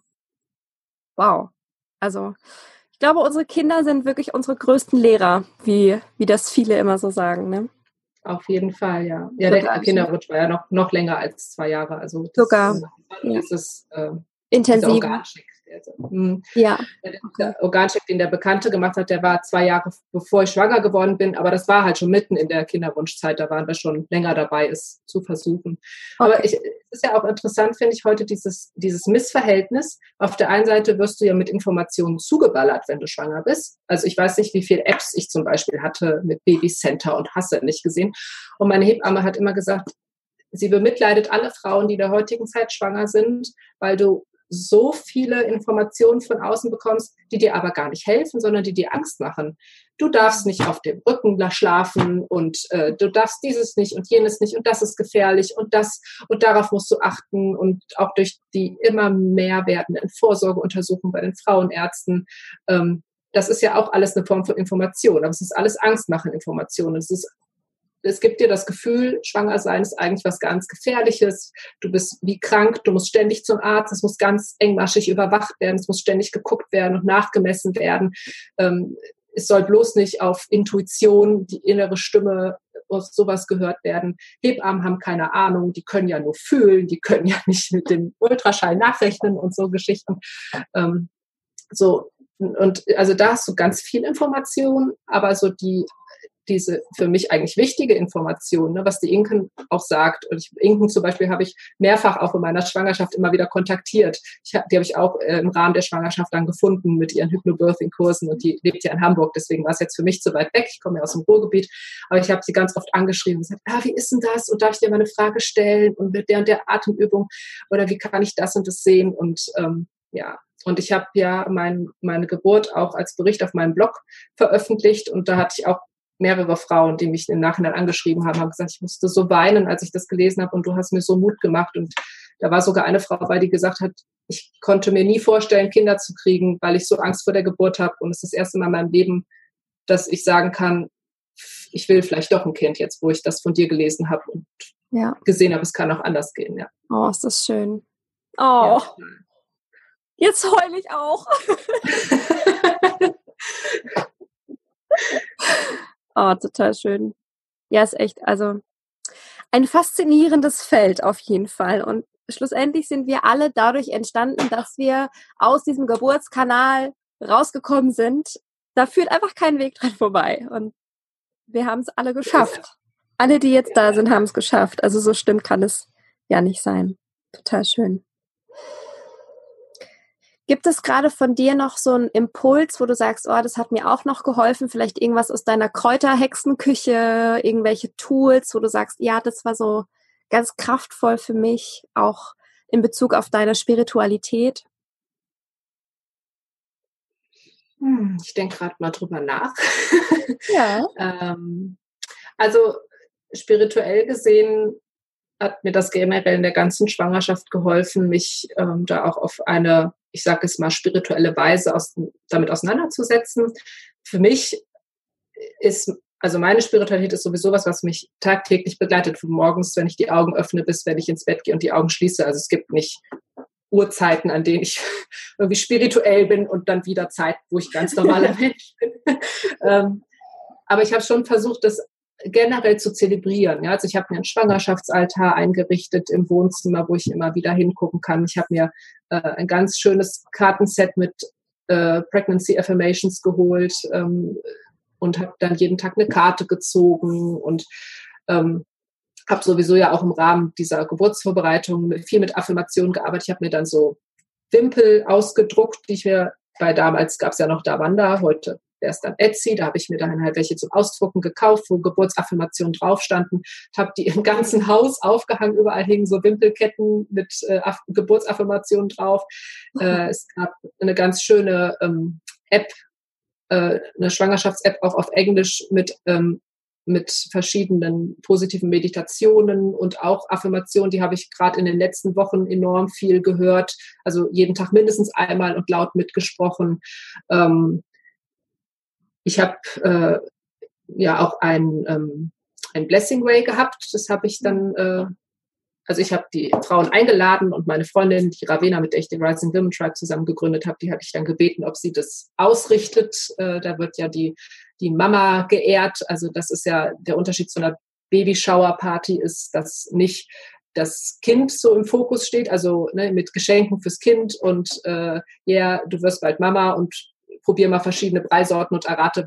wow. Also ich glaube, unsere Kinder sind wirklich unsere größten Lehrer, wie, wie das viele immer so sagen, ne?
Auf jeden Fall, ja. Ja, total der Kinderwunsch war ja noch, noch länger als zwei Jahre. Also das,
sogar.
Äh, das ist äh,
intensiv.
Organcheck. Also,
ja.
Der, der Organcheck, den der Bekannte gemacht hat, der war zwei Jahre, bevor ich schwanger geworden bin, aber das war halt schon mitten in der Kinderwunschzeit, da waren wir schon länger dabei, es zu versuchen. Okay. Aber ich, es ist ja auch interessant, finde ich, heute dieses, dieses Missverhältnis. Auf der einen Seite wirst du ja mit Informationen zugeballert, wenn du schwanger bist. Also ich weiß nicht, wie viele Apps ich zum Beispiel hatte mit Babycenter und hast du nicht gesehen. Und meine Hebamme hat immer gesagt, sie bemitleidet alle Frauen, die in der heutigen Zeit schwanger sind, weil du so viele Informationen von außen bekommst, die dir aber gar nicht helfen, sondern die dir Angst machen. Du darfst nicht auf dem Rücken schlafen und äh, du darfst dieses nicht und jenes nicht und das ist gefährlich und das und darauf musst du achten und auch durch die immer mehr werdenden Vorsorgeuntersuchungen bei den Frauenärzten. Ähm, das ist ja auch alles eine Form von Information, aber es ist alles Angstmachen Information. Es ist Es gibt dir das Gefühl, schwanger sein ist eigentlich was ganz Gefährliches. Du bist wie krank, du musst ständig zum Arzt, es muss ganz engmaschig überwacht werden, es muss ständig geguckt werden und nachgemessen werden. Ähm, es soll bloß nicht auf Intuition, die innere Stimme, auf sowas gehört werden. Hebammen haben keine Ahnung, die können ja nur fühlen, die können ja nicht mit dem Ultraschall nachrechnen und so Geschichten. Ähm, so, und also da hast du ganz viel Information, aber so die diese für mich eigentlich wichtige Information, ne, was die Inken auch sagt. Und ich, Inken zum Beispiel habe ich mehrfach auch in meiner Schwangerschaft immer wieder kontaktiert. Ich, die habe ich auch äh, im Rahmen der Schwangerschaft dann gefunden mit ihren Hypnobirthing-Kursen und die lebt ja in Hamburg, deswegen war es jetzt für mich zu weit weg. Ich komme ja aus dem Ruhrgebiet, aber ich habe sie ganz oft angeschrieben und gesagt, ah, wie ist denn das? Und darf ich dir mal eine Frage stellen? Und mit der und der Atemübung? Oder wie kann ich das und das sehen? Und ähm, ja, und ich habe ja mein, meine Geburt auch als Bericht auf meinem Blog veröffentlicht und da hatte ich auch mehrere Frauen, die mich im Nachhinein angeschrieben haben, haben gesagt, ich musste so weinen, als ich das gelesen habe und du hast mir so Mut gemacht. Und da war sogar eine Frau bei, die gesagt hat, ich konnte mir nie vorstellen, Kinder zu kriegen, weil ich so Angst vor der Geburt habe. Und es ist das erste Mal in meinem Leben, dass ich sagen kann, ich will vielleicht doch ein Kind jetzt, wo ich das von dir gelesen habe und ja. gesehen habe, es kann auch anders gehen. Ja.
Oh, ist das schön. Oh, ja. Jetzt heule ich auch. Oh, total schön. Ja, ist echt, also ein faszinierendes Feld auf jeden Fall. Und schlussendlich sind wir alle dadurch entstanden, dass wir aus diesem Geburtskanal rausgekommen sind. Da führt einfach kein Weg dran vorbei. Und wir haben es alle geschafft. Alle, die jetzt da sind, haben es geschafft. Also so schlimm kann es ja nicht sein. Total schön. Gibt es gerade von dir noch so einen Impuls, wo du sagst, oh, das hat mir auch noch geholfen, vielleicht irgendwas aus deiner Kräuterhexenküche, irgendwelche Tools, wo du sagst, ja, das war so ganz kraftvoll für mich, auch in Bezug auf deine Spiritualität?
Hm, ich denke gerade mal drüber nach.
Ja.
ähm, also spirituell gesehen hat mir das generell in der ganzen Schwangerschaft geholfen, mich ähm, da auch auf eine, ich sage es mal, spirituelle Weise aus, damit auseinanderzusetzen. Für mich ist, also meine Spiritualität ist sowieso was, was mich tagtäglich begleitet, von morgens, wenn ich die Augen öffne, bis wenn ich ins Bett gehe und die Augen schließe. Also es gibt nicht Uhrzeiten, an denen ich irgendwie spirituell bin und dann wieder Zeiten, wo ich ganz normaler Mensch bin. ähm, aber ich habe schon versucht, das generell zu zelebrieren. Ja? Also ich habe mir einen Schwangerschaftsaltar eingerichtet im Wohnzimmer, wo ich immer wieder hingucken kann. Ich habe mir äh, ein ganz schönes Kartenset mit äh, Pregnancy Affirmations geholt ähm, und habe dann jeden Tag eine Karte gezogen und ähm, habe sowieso ja auch im Rahmen dieser Geburtsvorbereitung viel mit Affirmationen gearbeitet. Ich habe mir dann so Wimpel ausgedruckt, die ich mir, bei damals gab es ja noch Davanda, heute wäre es dann Etsy, da habe ich mir dann halt welche zum Ausdrucken gekauft, wo Geburtsaffirmationen drauf standen, habe die im ganzen Haus aufgehangen, überall hingen so Wimpelketten mit äh, Geburtsaffirmationen drauf. Äh, es gab eine ganz schöne ähm, App, äh, eine Schwangerschafts-App auch auf Englisch mit ähm, mit verschiedenen positiven Meditationen und auch Affirmationen, die habe ich gerade in den letzten Wochen enorm viel gehört, also jeden Tag mindestens einmal und laut mitgesprochen. Ähm, ich habe äh, ja auch ein, ähm, ein Blessing Way gehabt, das habe ich dann, äh, also ich habe die Frauen eingeladen und meine Freundin, die Ravena, mit der ich den Rising Women Tribe zusammen gegründet habe, die hatte ich dann gebeten, ob sie das ausrichtet. Äh, da wird ja die die Mama geehrt. Also das ist ja der Unterschied zu einer Babyshower-Party, ist, dass nicht das Kind so im Fokus steht, also ne, mit Geschenken fürs Kind und äh, ja, yeah, du wirst bald Mama und probier mal verschiedene Breisorten und errate,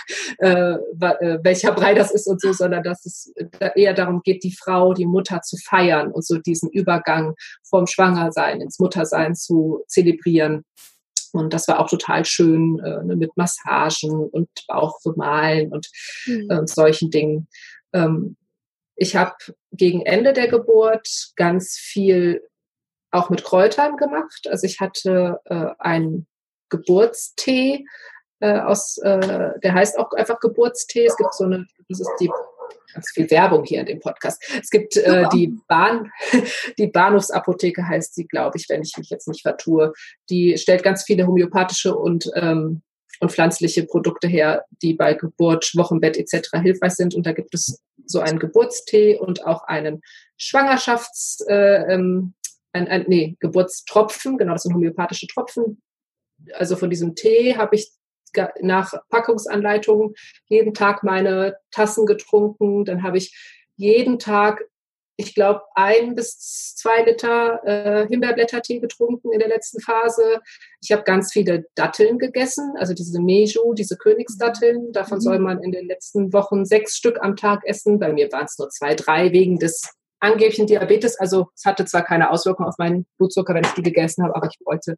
äh, welcher Brei das ist und so, sondern dass es eher darum geht, die Frau, die Mutter zu feiern und so diesen Übergang vom Schwangersein ins Muttersein zu zelebrieren. Und das war auch total schön äh, mit Massagen und Bauchbemalen und äh, solchen Dingen. Ähm, ich habe gegen Ende der Geburt ganz viel auch mit Kräutern gemacht. Also ich hatte äh, einen Geburtstee äh, aus, äh, der heißt auch einfach Geburtstee. Es gibt so eine, das ist die ganz viel Werbung hier in dem Podcast. Es gibt äh, die Bahn, die Bahnhofsapotheke heißt sie, glaube ich, wenn ich mich jetzt nicht vertue. Die stellt ganz viele homöopathische und ähm, und pflanzliche Produkte her, die bei Geburt, Wochenbett et cetera hilfreich sind. Und da gibt es so einen Geburtstee und auch einen Schwangerschafts, äh, ähm, ein, ein, nee, Geburtstropfen, genau, das sind homöopathische Tropfen. Also von diesem Tee habe ich nach Packungsanleitung jeden Tag meine Tassen getrunken. Dann habe ich jeden Tag, ich glaube, ein bis zwei Liter äh, Himbeerblättertee getrunken in der letzten Phase. Ich habe ganz viele Datteln gegessen, also diese Meiju, diese Königsdatteln. Davon mhm. soll man in den letzten Wochen sechs Stück am Tag essen. Bei mir waren es nur zwei, drei wegen des angeblichen Diabetes. Also es hatte zwar keine Auswirkung auf meinen Blutzucker, wenn ich die gegessen habe, aber ich wollte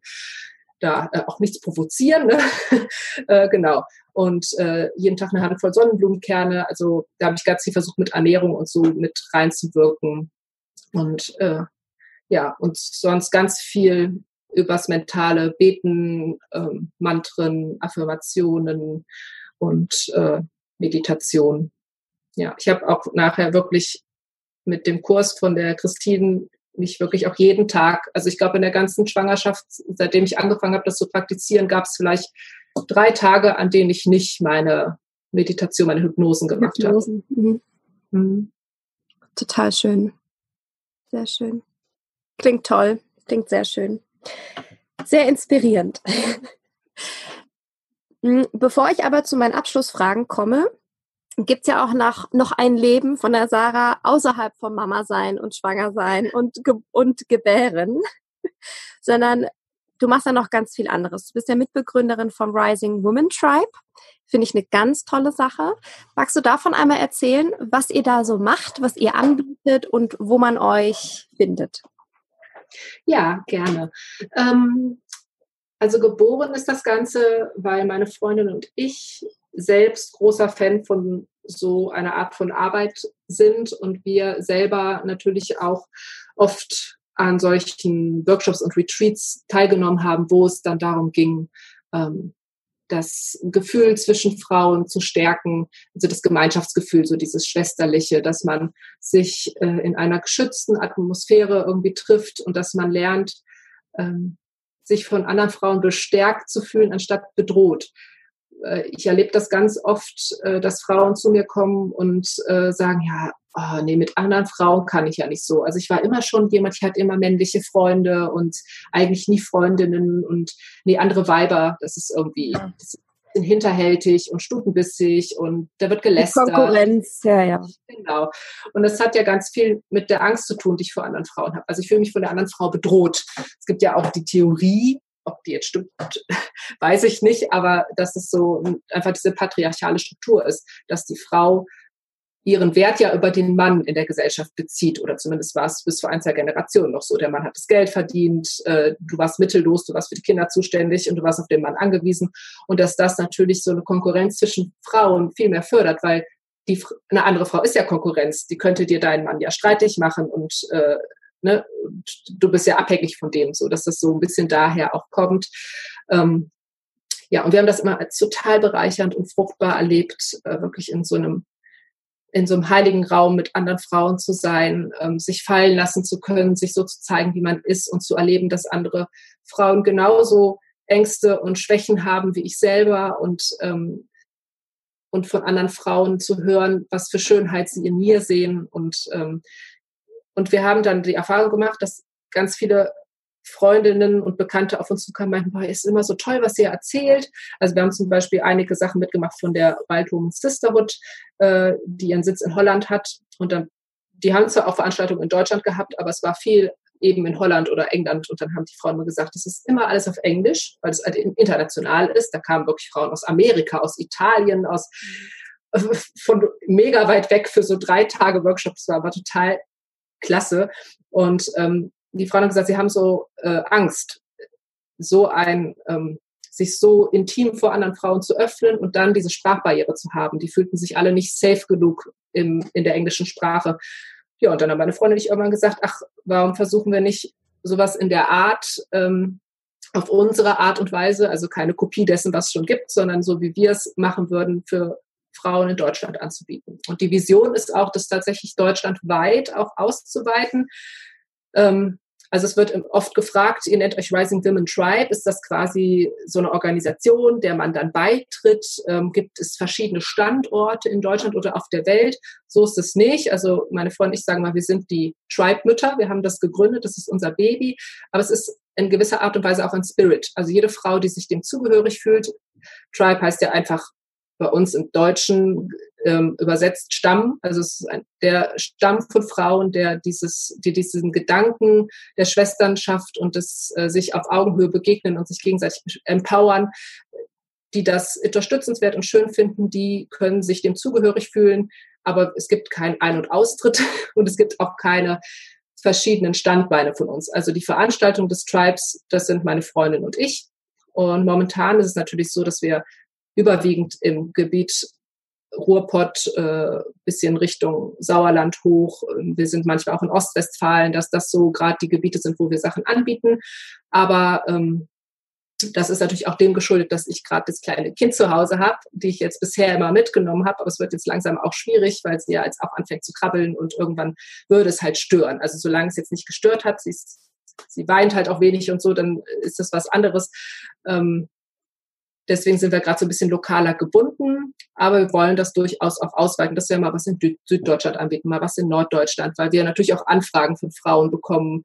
da äh, auch nichts provozieren. Ne? äh, genau. Und äh, jeden Tag eine Handvoll Sonnenblumenkerne. Also da habe ich ganz viel versucht, mit Ernährung und so mit reinzuwirken. Und äh, ja, und sonst ganz viel übers mentale Beten, ähm, Mantren, Affirmationen und äh, Meditation. Ja, ich habe auch nachher wirklich mit dem Kurs von der Christine mich wirklich auch jeden Tag, also ich glaube in der ganzen Schwangerschaft, seitdem ich angefangen habe, das zu praktizieren, gab es vielleicht drei Tage, an denen ich nicht meine Meditation, meine Hypnosen gemacht Hypnosen. habe. Mhm.
Mhm. Total schön. Sehr schön. Klingt toll. Klingt sehr schön. Sehr inspirierend. Bevor ich aber zu meinen Abschlussfragen komme, gibt es ja auch noch, noch ein Leben von der Sarah außerhalb vom Mama sein und Schwanger sein und, ge und gebären, sondern du machst ja noch ganz viel anderes. Du bist ja Mitbegründerin vom Rising Women Tribe. Finde ich eine ganz tolle Sache. Magst du davon einmal erzählen, was ihr da so macht, was ihr anbietet und wo man euch findet?
Ja, gerne. Ähm, also geboren ist das Ganze, weil meine Freundin und ich selbst großer Fan von so einer Art von Arbeit sind und wir selber natürlich auch oft an solchen Workshops und Retreats teilgenommen haben, wo es dann darum ging, ähm, das Gefühl zwischen Frauen zu stärken, also das Gemeinschaftsgefühl, so dieses Schwesterliche, dass man sich äh, in einer geschützten Atmosphäre irgendwie trifft und dass man lernt, ähm, sich von anderen Frauen bestärkt zu fühlen, anstatt bedroht. Äh, ich erlebe das ganz oft, äh, dass Frauen zu mir kommen und äh, sagen, ja, oh, nee, mit anderen Frauen kann ich ja nicht so. Also ich war immer schon jemand, ich hatte immer männliche Freunde und eigentlich nie Freundinnen und nee, andere Weiber, das ist irgendwie
Ja.
das ist ein bisschen hinterhältig und stutenbissig und da wird gelästert.
Die Konkurrenz, ja, ja.
Genau. Und das hat ja ganz viel mit der Angst zu tun, die ich vor anderen Frauen habe. Also ich fühle mich von der anderen Frau bedroht. Es gibt ja auch die Theorie, ob die jetzt stimmt, weiß ich nicht, aber dass es so einfach diese patriarchale Struktur ist, dass die Frau ihren Wert ja über den Mann in der Gesellschaft bezieht. Oder zumindest war es bis vor ein, zwei Generationen noch so. Der Mann hat das Geld verdient, äh, du warst mittellos, du warst für die Kinder zuständig und du warst auf den Mann angewiesen. Und dass das natürlich so eine Konkurrenz zwischen Frauen viel mehr fördert, weil die, eine andere Frau ist ja Konkurrenz. Die könnte dir deinen Mann ja streitig machen und, äh, ne, und du bist ja abhängig von dem, so dass das so ein bisschen daher auch kommt. Ähm, ja, und wir haben das immer als total bereichernd und fruchtbar erlebt, äh, wirklich in so einem in so einem heiligen Raum mit anderen Frauen zu sein, ähm, sich fallen lassen zu können, sich so zu zeigen, wie man ist und zu erleben, dass andere Frauen genauso Ängste und Schwächen haben wie ich selber und, ähm, und von anderen Frauen zu hören, was für Schönheit sie in mir sehen. Und, ähm, und wir haben dann die Erfahrung gemacht, dass ganz viele Freundinnen und Bekannte auf uns zukamen, meinten, boah, ist immer so toll, was ihr erzählt. Also wir haben zum Beispiel einige Sachen mitgemacht von der Wild Woman Sisterhood, äh, die ihren Sitz in Holland hat. Und dann, die haben zwar auch Veranstaltungen in Deutschland gehabt, aber es war viel eben in Holland oder England. Und dann haben die Frauen mir gesagt, es ist immer alles auf Englisch, weil es halt international ist. Da kamen wirklich Frauen aus Amerika, aus Italien, aus von mega weit weg für so drei Tage Workshops. Das war aber total klasse. Und ähm, die Frauen haben gesagt, sie haben so äh, Angst, so ein, ähm, sich so intim vor anderen Frauen zu öffnen und dann diese Sprachbarriere zu haben. Die fühlten sich alle nicht safe genug im, in der englischen Sprache. Ja, und dann haben meine Freundin und ich irgendwann gesagt, ach, warum versuchen wir nicht sowas in der Art, ähm, auf unsere Art und Weise, also keine Kopie dessen, was es schon gibt, sondern so, wie wir es machen würden, für Frauen in Deutschland anzubieten. Und die Vision ist auch, das tatsächlich deutschlandweit auch auszuweiten. Ähm, Also es wird oft gefragt, ihr nennt euch Rising Women Tribe, ist das quasi so eine Organisation, der man dann beitritt? Ähm, gibt es verschiedene Standorte in Deutschland oder auf der Welt? So ist es nicht. Also meine Freundin und ich sagen mal, wir sind die Tribe-Mütter, wir haben das gegründet, das ist unser Baby, aber es ist in gewisser Art und Weise auch ein Spirit. Also jede Frau, die sich dem zugehörig fühlt, Tribe heißt ja einfach bei uns im Deutschen ähm, übersetzt Stamm, also es ist ein, der Stamm von Frauen, der dieses, die diesen Gedanken der Schwesternschaft und des äh, sich auf Augenhöhe begegnen und sich gegenseitig empowern, die das unterstützenswert und schön finden, die können sich dem zugehörig fühlen, aber es gibt keinen Ein- und Austritt und es gibt auch keine verschiedenen Standbeine von uns. Also die Veranstaltung des Tribes, das sind meine Freundin und ich. Und momentan ist es natürlich so, dass wir überwiegend im Gebiet Ruhrpott, äh, bisschen Richtung Sauerland hoch. Wir sind manchmal auch in Ostwestfalen, dass das so gerade die Gebiete sind, wo wir Sachen anbieten. Aber ähm, das ist natürlich auch dem geschuldet, dass ich gerade das kleine Kind zu Hause habe, die ich jetzt bisher immer mitgenommen habe. Aber es wird jetzt langsam auch schwierig, weil sie ja jetzt auch anfängt zu krabbeln und irgendwann würde es halt stören. Also solange es jetzt nicht gestört hat, sie, ist, sie weint halt auch wenig und so, dann ist das was anderes. Ähm, Deswegen sind wir gerade so ein bisschen lokaler gebunden, aber wir wollen das durchaus auch ausweiten, dass wir mal was in Süddeutschland anbieten, mal was in Norddeutschland, weil wir natürlich auch Anfragen von Frauen bekommen,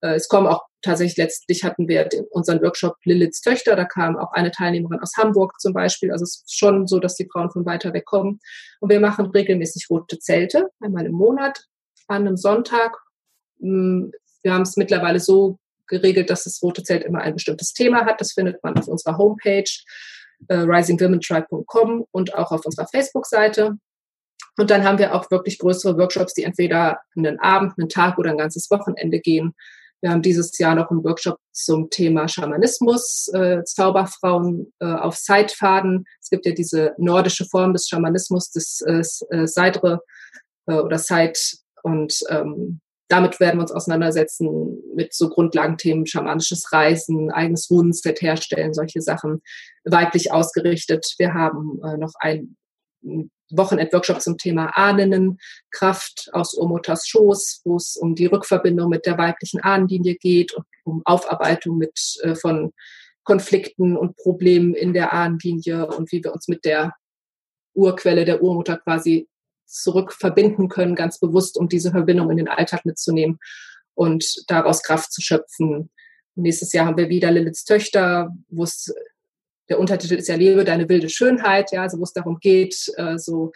äh, es kommen auch tatsächlich, letztlich hatten wir den, unseren Workshop Liliths Töchter, da kam auch eine Teilnehmerin aus Hamburg zum Beispiel. Also es ist schon so, dass die Frauen von weiter weg kommen. Und wir machen regelmäßig rote Zelte, einmal im Monat, an einem Sonntag. Wir haben es mittlerweile so geregelt, dass das rote Zelt immer ein bestimmtes Thema hat. Das findet man auf unserer Homepage äh, rising women tribe punkt com und auch auf unserer Facebook-Seite. Und dann haben wir auch wirklich größere Workshops, die entweder einen Abend, einen Tag oder ein ganzes Wochenende gehen. Wir haben dieses Jahr noch einen Workshop zum Thema Schamanismus, äh, Zauberfrauen äh, auf Seitfaden. Es gibt ja diese nordische Form des Schamanismus, des äh, Seidre äh, oder Seit. Und ähm, damit werden wir uns auseinandersetzen mit so Grundlagenthemen, schamanisches Reisen, eigenes Runenset herstellen, solche Sachen, weiblich ausgerichtet. Wir haben äh, noch ein Wochenend-Workshop zum Thema Ahnenkraft aus Urmutters Schoß, wo es um die Rückverbindung mit der weiblichen Ahnenlinie geht und um Aufarbeitung mit, äh, von Konflikten und Problemen in der Ahnenlinie und wie wir uns mit der Urquelle der Urmutter quasi zurück verbinden können, ganz bewusst, um diese Verbindung in den Alltag mitzunehmen und daraus Kraft zu schöpfen. Nächstes Jahr haben wir wieder Liliths Töchter, wo es der Untertitel ist ja Lebe deine wilde Schönheit, ja, also wo es darum geht, äh, so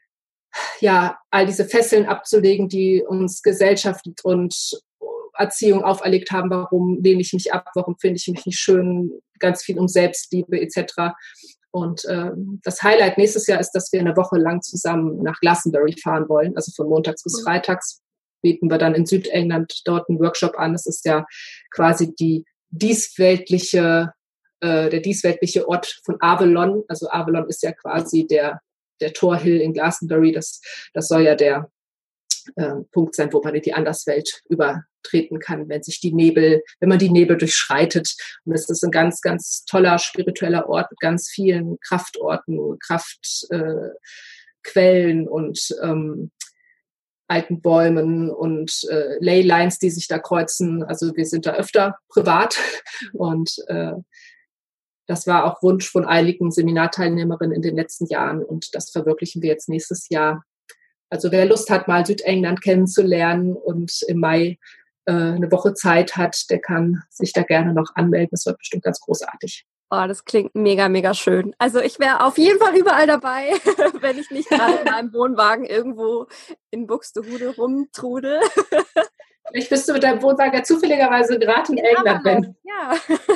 ja all diese Fesseln abzulegen, die uns Gesellschaft und Erziehung auferlegt haben. Warum lehne ich mich ab? Warum finde ich mich nicht schön? Ganz viel um Selbstliebe et cetera. Und äh, das Highlight nächstes Jahr ist, dass wir eine Woche lang zusammen nach Glastonbury fahren wollen, also von montags bis freitags bieten wir dann in Südengland dort einen Workshop an. Es ist ja quasi die diesweltliche der diesweltliche Ort von Avalon. Also Avalon ist ja quasi der, der Torhill in Glastonbury. Das, das soll ja der äh, Punkt sein, wo man in die Anderswelt übertreten kann, wenn sich die Nebel, wenn man die Nebel durchschreitet. Und es ist ein ganz, ganz toller spiritueller Ort mit ganz vielen Kraftorten, Kraftquellen äh, und ähm, alten Bäumen und äh, Leylines, die sich da kreuzen. Also wir sind da öfter privat und äh, das war auch Wunsch von einigen Seminarteilnehmerinnen in den letzten Jahren und das verwirklichen wir jetzt nächstes Jahr. Also wer Lust hat, mal Südengland kennenzulernen und im Mai äh, eine Woche Zeit hat, der kann sich da gerne noch anmelden. Das wird bestimmt ganz großartig.
Oh, das klingt mega, mega schön. Also ich wäre auf jeden Fall überall dabei, wenn ich nicht gerade in meinem Wohnwagen irgendwo in Buxtehude rumtrudel.
Vielleicht bist du mit deinem Wohnwagen ja zufälligerweise gerade in England, Ben.
Ja.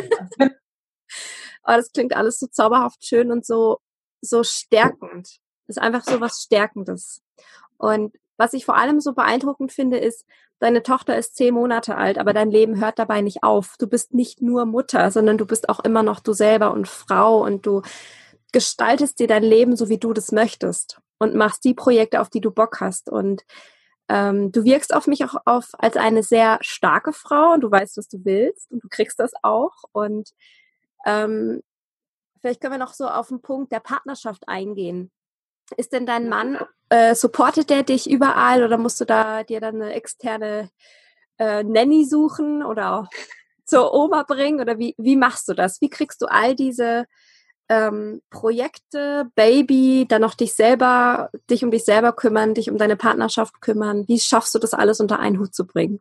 Oh, das klingt alles so zauberhaft schön und so, so stärkend. Das ist einfach so was Stärkendes. Und was ich vor allem so beeindruckend finde, ist, deine Tochter ist zehn Monate alt, aber dein Leben hört dabei nicht auf. Du bist nicht nur Mutter, sondern du bist auch immer noch du selber und Frau und du gestaltest dir dein Leben so, wie du das möchtest und machst die Projekte, auf die du Bock hast. Und ähm, du wirkst auf mich auch auf als eine sehr starke Frau und du weißt, was du willst und du kriegst das auch. Und Ähm, vielleicht können wir noch so auf den Punkt der Partnerschaft eingehen. Ist denn dein Mann, äh, supportet der dich überall oder musst du da dir dann eine externe äh, Nanny suchen oder zur Oma bringen? Oder wie, wie machst du das? Wie kriegst du all diese ähm, Projekte, Baby, dann noch dich selber, dich um dich selber kümmern, dich um deine Partnerschaft kümmern? Wie schaffst du das alles unter einen Hut zu bringen?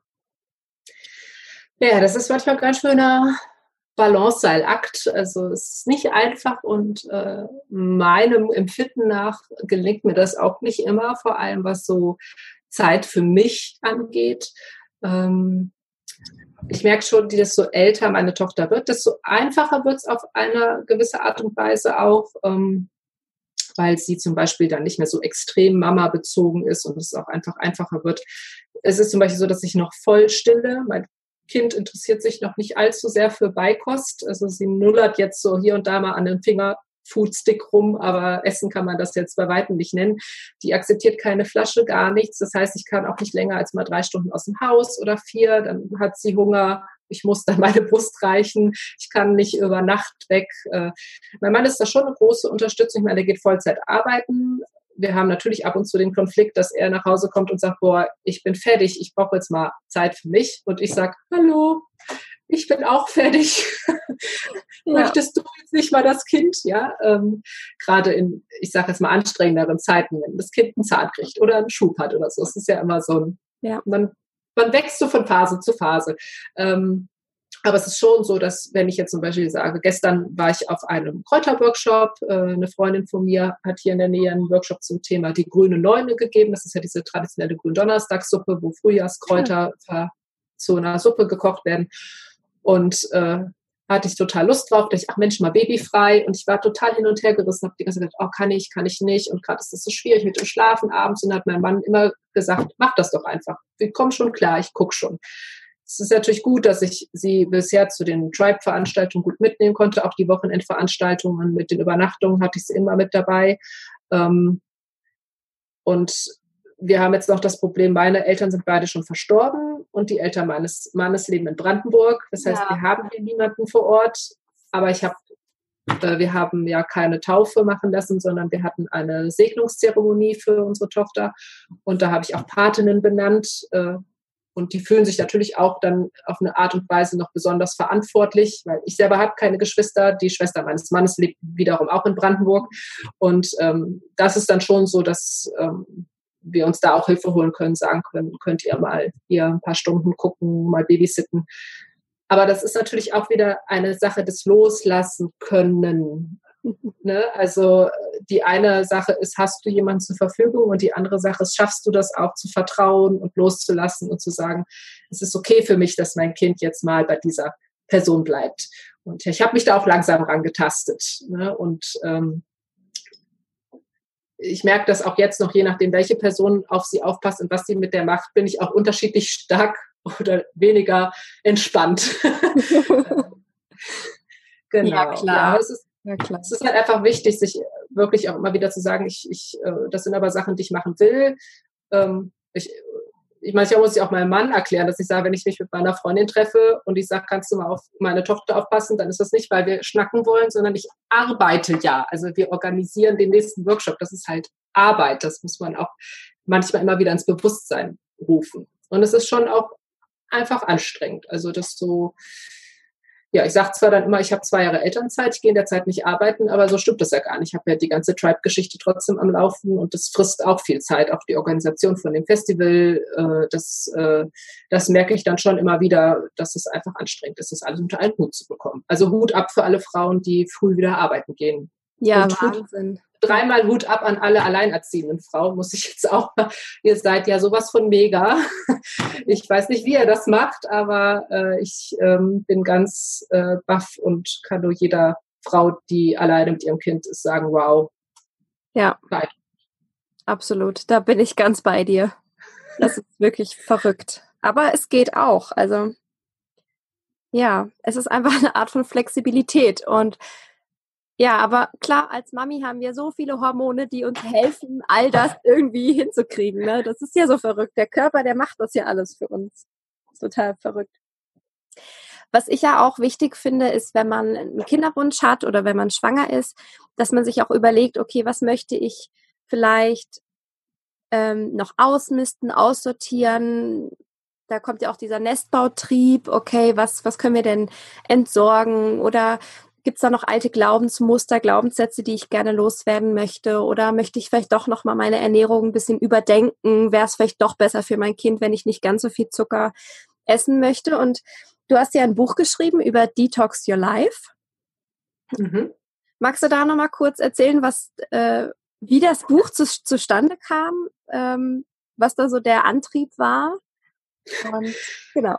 Ja, das ist manchmal ein ganz schöner Balanceseilakt. Also es ist nicht einfach und äh, meinem Empfinden nach gelingt mir das auch nicht immer, vor allem was so Zeit für mich angeht. Ähm, ich merke schon, desto älter meine Tochter wird, desto einfacher wird es auf eine gewisse Art und Weise auch, ähm, weil sie zum Beispiel dann nicht mehr so extrem Mama-bezogen ist und es auch einfach einfacher wird. Es ist zum Beispiel so, dass ich noch voll stille. Mein Kind interessiert sich noch nicht allzu sehr für Beikost. Also sie nullert jetzt so hier und da mal an dem Fingerfoodstick rum, aber essen kann man das jetzt bei weitem nicht nennen. Die akzeptiert keine Flasche, gar nichts. Das heißt, ich kann auch nicht länger als mal drei Stunden aus dem Haus oder vier. Dann hat sie Hunger. Ich muss dann meine Brust reichen. Ich kann nicht über Nacht weg. Mein Mann ist da schon eine große Unterstützung. Ich meine, der geht Vollzeit arbeiten. Wir haben natürlich ab und zu den Konflikt, dass er nach Hause kommt und sagt, boah, ich bin fertig, ich brauche jetzt mal Zeit für mich. Und ich sage, hallo, ich bin auch fertig. Ja. Möchtest du jetzt nicht mal das Kind? Ja, ähm, gerade in, ich sage jetzt mal, anstrengenderen Zeiten, wenn das Kind einen Zahn kriegt oder einen Schub hat oder so. Es ist ja immer so ein,
ja.
Und dann man wächst so von Phase zu Phase. Ähm, aber es ist schon so, dass wenn ich jetzt zum Beispiel sage, gestern war ich auf einem Kräuterworkshop, äh, eine Freundin von mir hat hier in der Nähe einen Workshop zum Thema die grüne Neune gegeben. Das ist ja diese traditionelle Gründonnerstagssuppe, wo Frühjahrskräuter ja. zu einer Suppe gekocht werden. Und äh, hatte ich total Lust drauf, dachte ich, ach Mensch, mal babyfrei. Und ich war total hin und her gerissen, habe die ganze Zeit gedacht, oh, kann ich, kann ich nicht. Und gerade ist das so schwierig mit dem Schlafen abends. Und dann hat mein Mann immer gesagt, mach das doch einfach. Wir kommen schon klar, ich gucke schon. Es ist natürlich gut, dass ich sie bisher zu den Tribe-Veranstaltungen gut mitnehmen konnte. Auch die Wochenendveranstaltungen mit den Übernachtungen hatte ich sie immer mit dabei. Und wir haben jetzt noch das Problem, meine Eltern sind beide schon verstorben und die Eltern meines Mannes leben in Brandenburg. Das heißt, ja. wir haben hier niemanden vor Ort. Aber ich habe, äh, wir haben ja keine Taufe machen lassen, sondern wir hatten eine Segnungszeremonie für unsere Tochter. Und da habe ich auch Patinnen benannt. Äh, Und die fühlen sich natürlich auch dann auf eine Art und Weise noch besonders verantwortlich, weil ich selber habe keine Geschwister. Die Schwester meines Mannes lebt wiederum auch in Brandenburg. Und ähm, das ist dann schon so, dass ähm, wir uns da auch Hilfe holen können, sagen können, könnt ihr mal hier ein paar Stunden gucken, mal babysitten. Aber das ist natürlich auch wieder eine Sache des Loslassen können. Ne? Also die eine Sache ist, hast du jemanden zur Verfügung und die andere Sache ist, schaffst du das auch zu vertrauen und loszulassen und zu sagen, es ist okay für mich, dass mein Kind jetzt mal bei dieser Person bleibt. Und ich habe mich da auch langsam rangetastet. Ne? Und ähm, ich merke das auch jetzt noch, je nachdem, welche Person auf sie aufpasst und was sie mit der macht, bin ich auch unterschiedlich stark oder weniger entspannt. Genau.
Ja, klar.
Ja, es ist
Ja, klar.
Es ist halt einfach wichtig, sich wirklich auch immer wieder zu sagen, ich, ich, äh, das sind aber Sachen, die ich machen will. Ähm, ich, ich manchmal muss ich auch meinem Mann erklären, dass ich sage, wenn ich mich mit meiner Freundin treffe und ich sage, kannst du mal auf meine Tochter aufpassen, dann ist das nicht, weil wir schnacken wollen, sondern ich arbeite ja. Also wir organisieren den nächsten Workshop. Das ist halt Arbeit. Das muss man auch manchmal immer wieder ins Bewusstsein rufen. Und es ist schon auch einfach anstrengend. Also das so... Ja, ich sage zwar dann immer, ich habe zwei Jahre Elternzeit, ich gehe in der Zeit nicht arbeiten, aber so stimmt das ja gar nicht. Ich habe ja die ganze Tribe-Geschichte trotzdem am Laufen und das frisst auch viel Zeit, auch die Organisation von dem Festival. Äh, das, äh, das merke ich dann schon immer wieder, dass es einfach anstrengend ist, das alles unter einen Hut zu bekommen. Also Hut ab für alle Frauen, die früh wieder arbeiten gehen.
Ja,
und
Wahnsinn.
Hut, dreimal Hut ab an alle alleinerziehenden Frauen, muss ich jetzt auch mal. Ihr seid ja sowas von mega. Ich weiß nicht, wie ihr das macht, aber äh, ich ähm, bin ganz äh, baff und kann nur jeder Frau, die alleine mit ihrem Kind ist, sagen, wow.
Ja,
Nein.
Absolut. Da bin ich ganz bei dir. Das ist wirklich verrückt. Aber es geht auch. Also ja, es ist einfach eine Art von Flexibilität und ja, aber klar, als Mami haben wir so viele Hormone, die uns helfen, all das irgendwie hinzukriegen. Ne? Das ist ja so verrückt. Der Körper, der macht das ja alles für uns. Total verrückt. Was ich ja auch wichtig finde, ist, wenn man einen Kinderwunsch hat oder wenn man schwanger ist, dass man sich auch überlegt, okay, was möchte ich vielleicht ähm, noch ausmisten, aussortieren? Da kommt ja auch dieser Nestbautrieb. Okay, was, was können wir denn entsorgen? Oder gibt es da noch alte Glaubensmuster, Glaubenssätze, die ich gerne loswerden möchte? Oder möchte ich vielleicht doch nochmal meine Ernährung ein bisschen überdenken? Wäre es vielleicht doch besser für mein Kind, wenn ich nicht ganz so viel Zucker essen möchte? Und du hast ja ein Buch geschrieben über Detox Your Life. Mhm. Magst du da nochmal kurz erzählen, was, äh, wie das Buch zu, zustande kam? Ähm, was da so der Antrieb war? Und, genau.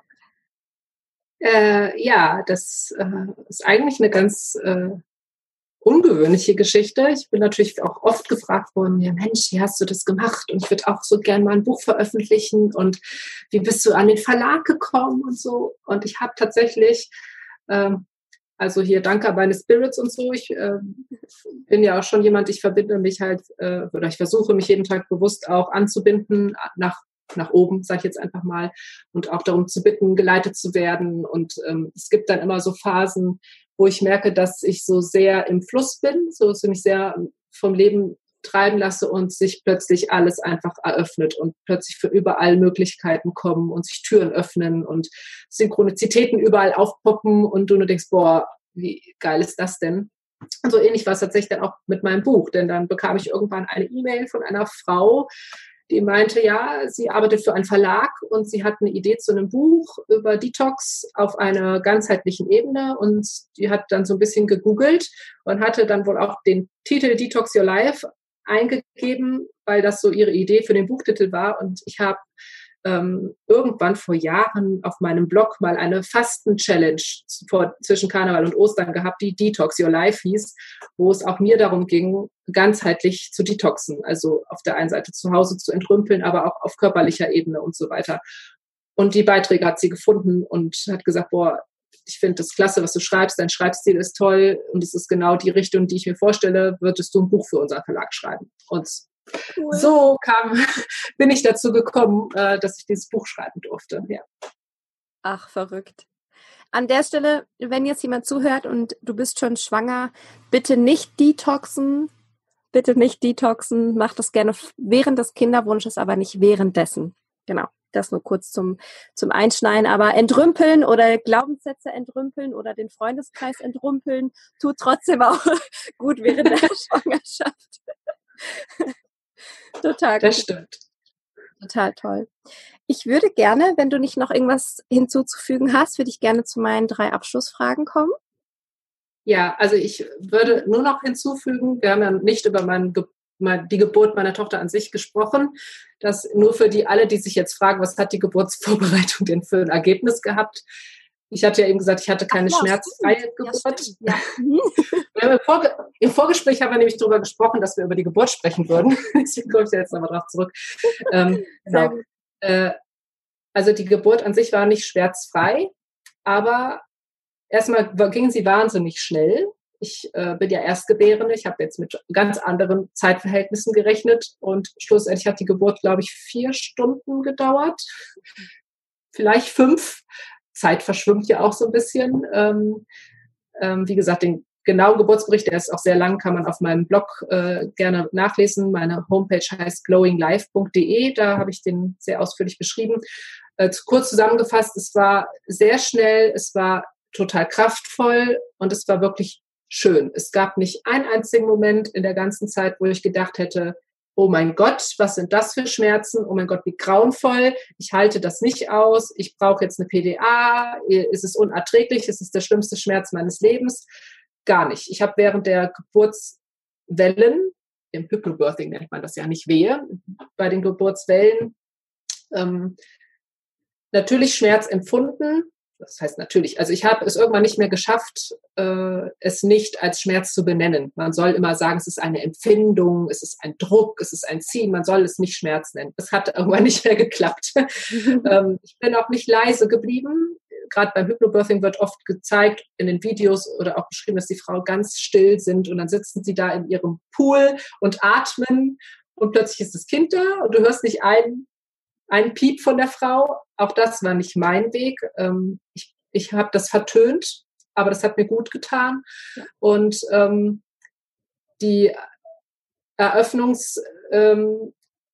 Äh, ja, das äh, ist eigentlich eine ganz äh, ungewöhnliche Geschichte. Ich bin natürlich auch oft gefragt worden, ja Mensch, wie hast du das gemacht? Und ich würde auch so gerne mal ein Buch veröffentlichen und wie bist du an den Verlag gekommen und so. Und ich habe tatsächlich, ähm, also hier Danke an meine Spirits und so, ich äh, bin ja auch schon jemand, ich verbinde mich halt, äh, oder ich versuche mich jeden Tag bewusst auch anzubinden nach nach oben, sage ich jetzt einfach mal, und auch darum zu bitten, geleitet zu werden. Und ähm, es gibt dann immer so Phasen, wo ich merke, dass ich so sehr im Fluss bin, so dass ich mich sehr vom Leben treiben lasse und sich plötzlich alles einfach eröffnet und plötzlich für überall Möglichkeiten kommen und sich Türen öffnen und Synchronizitäten überall aufpoppen und du nur denkst, boah, wie geil ist das denn? Und so ähnlich war es tatsächlich dann auch mit meinem Buch, denn dann bekam ich irgendwann eine E-Mail von einer Frau, die meinte, ja, sie arbeitet für einen Verlag und sie hat eine Idee zu einem Buch über Detox auf einer ganzheitlichen Ebene und die hat dann so ein bisschen gegoogelt und hatte dann wohl auch den Titel Detox Your Life eingegeben, weil das so ihre Idee für den Buchtitel war. Und ich habe ähm, irgendwann vor Jahren auf meinem Blog mal eine Fasten-Challenge vor, zwischen Karneval und Ostern gehabt, die Detox Your Life hieß, wo es auch mir darum ging, ganzheitlich zu detoxen. Also auf der einen Seite zu Hause zu entrümpeln, aber auch auf körperlicher Ebene und so weiter. Und die Beiträge hat sie gefunden und hat gesagt, boah, ich finde das klasse, was du schreibst, dein Schreibstil ist toll und es ist genau die Richtung, die ich mir vorstelle, würdest du ein Buch für unseren Verlag schreiben. Und cool. So kam, bin ich dazu gekommen, dass ich dieses Buch schreiben durfte. Ja.
Ach, verrückt. An der Stelle, wenn jetzt jemand zuhört und du bist schon schwanger, bitte nicht detoxen, bitte nicht detoxen, mach das gerne während des Kinderwunsches, aber nicht währenddessen. Genau. Das nur kurz zum, zum Einschneiden. Aber entrümpeln oder Glaubenssätze entrümpeln oder den Freundeskreis entrümpeln tut trotzdem auch gut während der Schwangerschaft. Total gut.
Das stimmt.
Total toll. Ich würde gerne, wenn du nicht noch irgendwas hinzuzufügen hast, würde ich gerne zu meinen drei Abschlussfragen kommen.
Ja, also ich würde nur noch hinzufügen, wir haben ja nicht über meinen Ge- die Geburt meiner Tochter an sich gesprochen. Das nur für die alle, die sich jetzt fragen, was hat die Geburtsvorbereitung denn für ein Ergebnis gehabt? Ich hatte ja eben gesagt, ich hatte keine Ach, ja, schmerzfreie stimmt. Geburt. Ja, ja. Im, Vorge- Im Vorgespräch haben wir nämlich darüber gesprochen, dass wir über die Geburt sprechen würden. Deswegen komme ich da jetzt nochmal drauf zurück. Ähm, genau. äh, also die Geburt an sich war nicht schmerzfrei, aber erstmal ging sie wahnsinnig schnell. Ich äh, bin ja Erstgebärende, ich habe jetzt mit ganz anderen Zeitverhältnissen gerechnet und schlussendlich hat die Geburt, glaube ich, vier Stunden gedauert, vielleicht fünf. Zeit verschwimmt ja auch so ein bisschen. Ähm, ähm, wie gesagt, den genauen Geburtsbericht, der ist auch sehr lang, kann man auf meinem Blog äh, gerne nachlesen. Meine Homepage heißt glowing life punkt de, da habe ich den sehr ausführlich beschrieben. Äh, kurz zusammengefasst, es war sehr schnell, es war total kraftvoll und es war wirklich schön. Es gab nicht einen einzigen Moment in der ganzen Zeit, wo ich gedacht hätte, oh mein Gott, was sind das für Schmerzen? Oh mein Gott, wie grauenvoll. Ich halte das nicht aus. Ich brauche jetzt eine P D A. Ist es unerträglich? Ist es der schlimmste Schmerz meines Lebens? Gar nicht. Ich habe während der Geburtswellen, im Hypnobirthing nennt man das ja nicht Wehe, bei den Geburtswellen ähm, natürlich Schmerz empfunden. Das heißt natürlich, also ich habe es irgendwann nicht mehr geschafft, äh, es nicht als Schmerz zu benennen. Man soll immer sagen, es ist eine Empfindung, es ist ein Druck, es ist ein Ziehen. Man soll es nicht Schmerz nennen. Es hat irgendwann nicht mehr geklappt. ähm, ich bin auch nicht leise geblieben. Gerade beim Hypnobirthing wird oft gezeigt in den Videos oder auch beschrieben, dass die Frauen ganz still sind und dann sitzen sie da in ihrem Pool und atmen und plötzlich ist das Kind da und du hörst nicht einen Ein Piep von der Frau, auch das war nicht mein Weg. Ähm, ich ich habe das vertönt, aber das hat mir gut getan. Ja. Und ähm, die Eröffnungswellen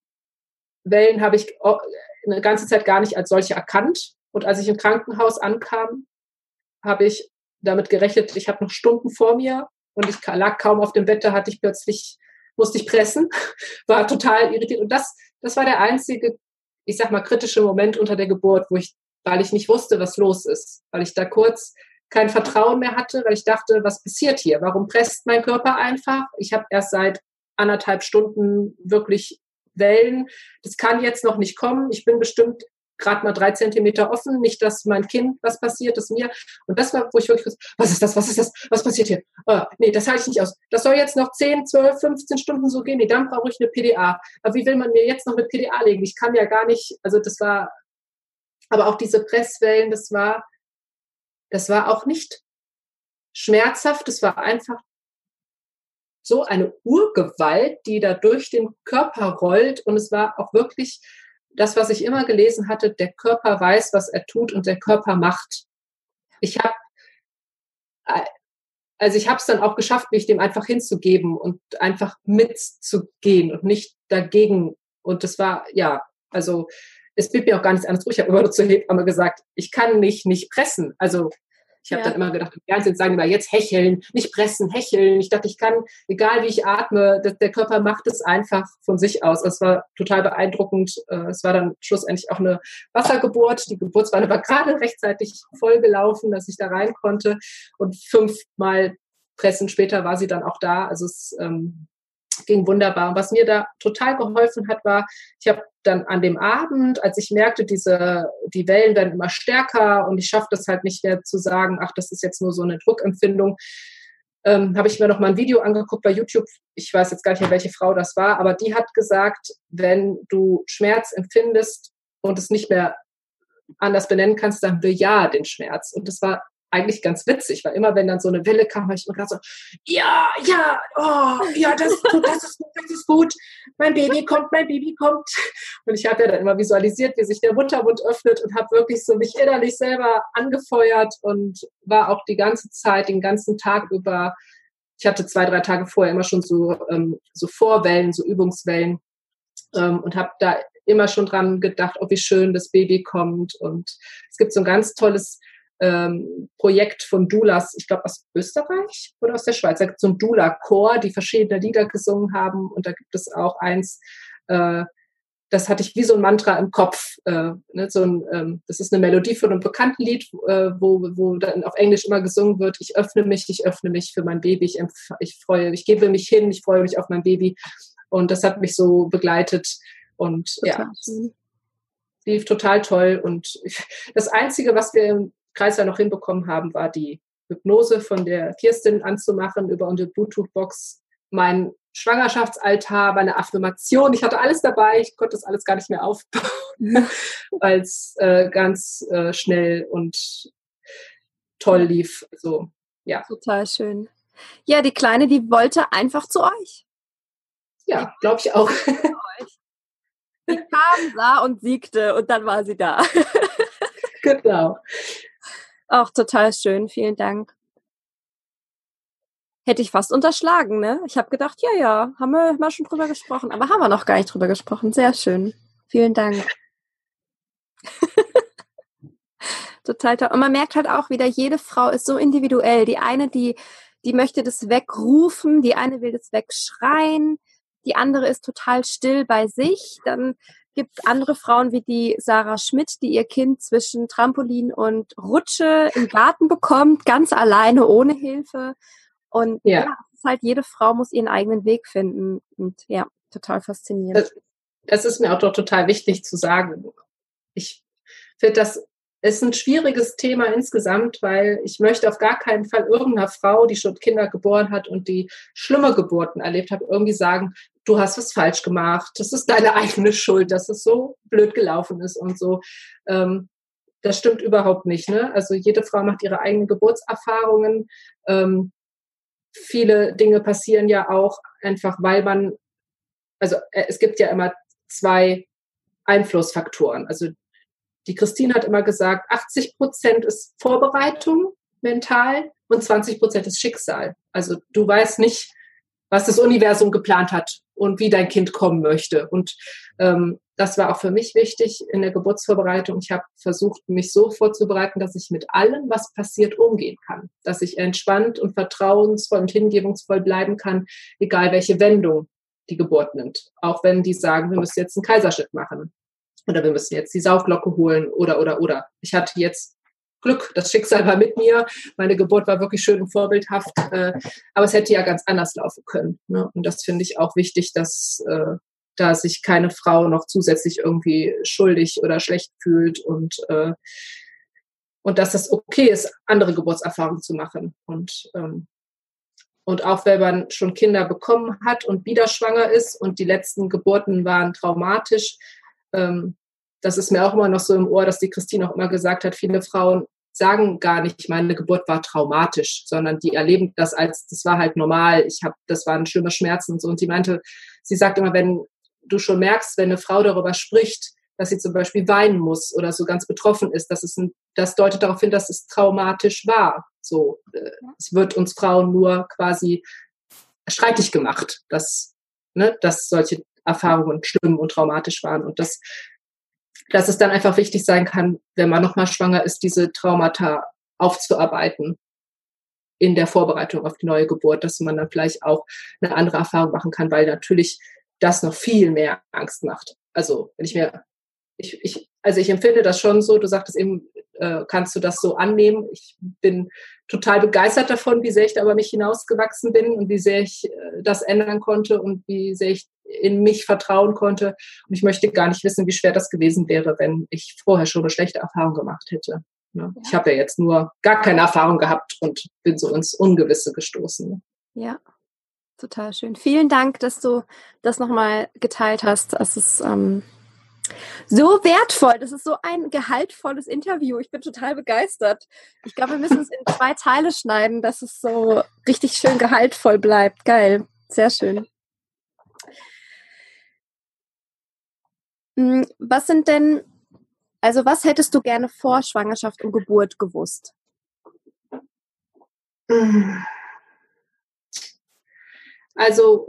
ähm, habe ich eine ganze Zeit gar nicht als solche erkannt. Und als ich im Krankenhaus ankam, habe ich damit gerechnet, ich habe noch Stunden vor mir und ich lag kaum auf dem Bett, da hatte ich plötzlich, musste ich pressen, war total irritiert. Und das, das war der einzige, ich sag mal, kritische Moment unter der Geburt, wo ich, weil ich nicht wusste, was los ist, weil ich da kurz kein Vertrauen mehr hatte, weil ich dachte, was passiert hier? Warum presst mein Körper einfach? Ich habe erst seit anderthalb Stunden wirklich Wellen. Das kann jetzt noch nicht kommen. Ich bin bestimmt gerade mal drei Zentimeter offen, nicht, dass mein Kind was passiert, das mir. Und das war, wo ich wirklich, was ist das, was ist das, was passiert hier? Oh, nee, das halte ich nicht aus. Das soll jetzt noch zehn, zwölf, fünfzehn Stunden so gehen. Nee, dann brauche ich eine P D A. Aber wie will man mir jetzt noch eine P D A legen? Ich kann ja gar nicht, also das war, aber auch diese Presswellen, das war, das war auch nicht schmerzhaft, das war einfach so eine Urgewalt, die da durch den Körper rollt und es war auch wirklich das, was ich immer gelesen hatte, der Körper weiß, was er tut und der Körper macht. Ich habe, also ich habe es dann auch geschafft, mich dem einfach hinzugeben und einfach mitzugehen und nicht dagegen. Und das war, ja, also es blieb mir auch gar nichts anderes durch. Ich habe immer nur zur Hebamme gesagt, ich kann mich nicht pressen. Also Ich habe ja. dann immer gedacht, im Fernsehen sagen immer, jetzt hecheln, nicht pressen, hecheln. Ich dachte, ich kann, egal wie ich atme, der Körper macht es einfach von sich aus. Es war total beeindruckend. Es war dann schlussendlich auch eine Wassergeburt. Die Geburtswanne war gerade rechtzeitig voll gelaufen, dass ich da rein konnte. Und fünfmal pressen später war sie dann auch da. Also es ähm, ging wunderbar. Und was mir da total geholfen hat, war, ich habe dann an dem Abend, als ich merkte, diese, die Wellen werden immer stärker und ich schaffe das halt nicht mehr zu sagen, ach, das ist jetzt nur so eine Druckempfindung, ähm, habe ich mir noch mal ein Video angeguckt bei YouTube. Ich weiß jetzt gar nicht mehr, welche Frau das war, aber die hat gesagt, wenn du Schmerz empfindest und es nicht mehr anders benennen kannst, dann bejahe den Schmerz. Und das war eigentlich ganz witzig, weil immer, wenn dann so eine Welle kam, habe ich immer gerade so, ja, ja, oh, ja, das ist gut, das ist gut, das ist gut, mein Baby kommt, mein Baby kommt. Und ich habe ja dann immer visualisiert, wie sich der Muttermund öffnet und habe wirklich so mich innerlich selber angefeuert und war auch die ganze Zeit, den ganzen Tag über, ich hatte zwei, drei Tage vorher immer schon so, ähm, so Vorwellen, so Übungswellen ähm, und habe da immer schon dran gedacht, oh, wie schön das Baby kommt. Und es gibt so ein ganz tolles Ähm, Projekt von Doulas, ich glaube aus Österreich oder aus der Schweiz. Da gibt es so ein Doula-Chor, die verschiedene Lieder gesungen haben und da gibt es auch eins, äh, das hatte ich wie so ein Mantra im Kopf. Äh, ne, so ein, ähm, das ist eine Melodie von einem bekannten Lied, äh, wo, wo dann auf Englisch immer gesungen wird, ich öffne mich, ich öffne mich für mein Baby, ich, empf- ich freue, ich gebe mich hin, ich freue mich auf mein Baby. Und das hat mich so begleitet und total. Ja, es lief total toll. Und das Einzige, was wir im Kreißsaal noch hinbekommen haben, war die Hypnose von der Kirstin anzumachen über unsere Bluetooth-Box, mein Schwangerschaftsaltar, meine Affirmation. Ich hatte alles dabei, ich konnte das alles gar nicht mehr aufbauen, weil es äh, ganz äh, schnell und toll lief. Also, ja.
Total schön. Ja, die Kleine, die wollte einfach zu euch.
Ja, glaube ich auch.
Die kam, sah und siegte und dann war sie da.
Genau.
Auch total schön, vielen Dank. Hätte ich fast unterschlagen, ne? Ich habe gedacht, ja, ja, haben wir mal schon drüber gesprochen, aber haben wir noch gar nicht drüber gesprochen. Sehr schön. Vielen Dank. Total toll. Und man merkt halt auch wieder, jede Frau ist so individuell. Die eine, die, die möchte das wegrufen, die eine will das wegschreien, die andere ist total still bei sich. Dann gibt es andere Frauen wie die Sarah Schmidt, die ihr Kind zwischen Trampolin und Rutsche im Garten bekommt, ganz alleine, ohne Hilfe. Und ja, ja es ist halt, jede Frau muss ihren eigenen Weg finden. Und ja, total faszinierend.
Das, das ist mir auch doch total wichtig zu sagen. Ich finde, das ist ein schwieriges Thema insgesamt, weil ich möchte auf gar keinen Fall irgendeiner Frau, die schon Kinder geboren hat und die schlimme Geburten erlebt hat, irgendwie sagen, du hast was falsch gemacht, das ist deine eigene Schuld, dass es so blöd gelaufen ist und so. Ähm, das stimmt überhaupt nicht, ne? Also jede Frau macht ihre eigenen Geburtserfahrungen. Ähm, viele Dinge passieren ja auch einfach, weil man, also äh, es gibt ja immer zwei Einflussfaktoren. Also die Christine hat immer gesagt, achtzig Prozent ist Vorbereitung mental und zwanzig Prozent ist Schicksal. Also du weißt nicht, was das Universum geplant hat und wie dein Kind kommen möchte. Und ähm, das war auch für mich wichtig in der Geburtsvorbereitung. Ich habe versucht, mich so vorzubereiten, dass ich mit allem, was passiert, umgehen kann. Dass ich entspannt und vertrauensvoll und hingebungsvoll bleiben kann, egal welche Wendung die Geburt nimmt. Auch wenn die sagen, wir müssen jetzt einen Kaiserschnitt machen. Oder wir müssen jetzt die Saugglocke holen oder, oder, oder. Ich hatte jetzt Glück, das Schicksal war mit mir. Meine Geburt war wirklich schön und vorbildhaft. Äh, aber es hätte ja ganz anders laufen können. Ne? Und das finde ich auch wichtig, dass äh, da sich keine Frau noch zusätzlich irgendwie schuldig oder schlecht fühlt und, äh, und dass es okay ist, andere Geburtserfahrungen zu machen. Und, ähm, und auch wenn man schon Kinder bekommen hat und wieder schwanger ist und die letzten Geburten waren traumatisch, ähm, das ist mir auch immer noch so im Ohr, dass die Christine auch immer gesagt hat, viele Frauen sagen gar nicht, meine Geburt war traumatisch, sondern die erleben das als, das war halt normal, ich habe, das waren schlimme Schmerzen und so. Und sie meinte, sie sagt immer, wenn du schon merkst, wenn eine Frau darüber spricht, dass sie zum Beispiel weinen muss oder so ganz betroffen ist, dass es ein, das deutet darauf hin, dass es traumatisch war. So, äh, es wird uns Frauen nur quasi streitig gemacht, dass, ne, dass solche Erfahrungen schlimm und traumatisch waren und das dass es dann einfach wichtig sein kann, wenn man nochmal schwanger ist, diese Traumata aufzuarbeiten in der Vorbereitung auf die neue Geburt, dass man dann vielleicht auch eine andere Erfahrung machen kann, weil natürlich das noch viel mehr Angst macht. Also wenn ich mir, ich, ich, also ich empfinde das schon so, du sagtest eben, äh, kannst du das so annehmen? Ich bin total begeistert davon, wie sehr ich da über mich hinausgewachsen bin und wie sehr ich äh, das ändern konnte und wie sehr ich in mich vertrauen konnte. Und ich möchte gar nicht wissen, wie schwer das gewesen wäre, wenn ich vorher schon eine schlechte Erfahrung gemacht hätte. Ja. Ja. Ich habe ja jetzt nur gar keine Erfahrung gehabt und bin so ins Ungewisse gestoßen.
Ja, total schön. Vielen Dank, dass du das nochmal geteilt hast. Es ist ähm, so wertvoll. Das ist so ein gehaltvolles Interview. Ich bin total begeistert. Ich glaube, wir müssen es in zwei Teile schneiden, dass es so richtig schön gehaltvoll bleibt. Geil. Sehr schön. Was sind denn, also was hättest du gerne vor Schwangerschaft und Geburt gewusst?
Also,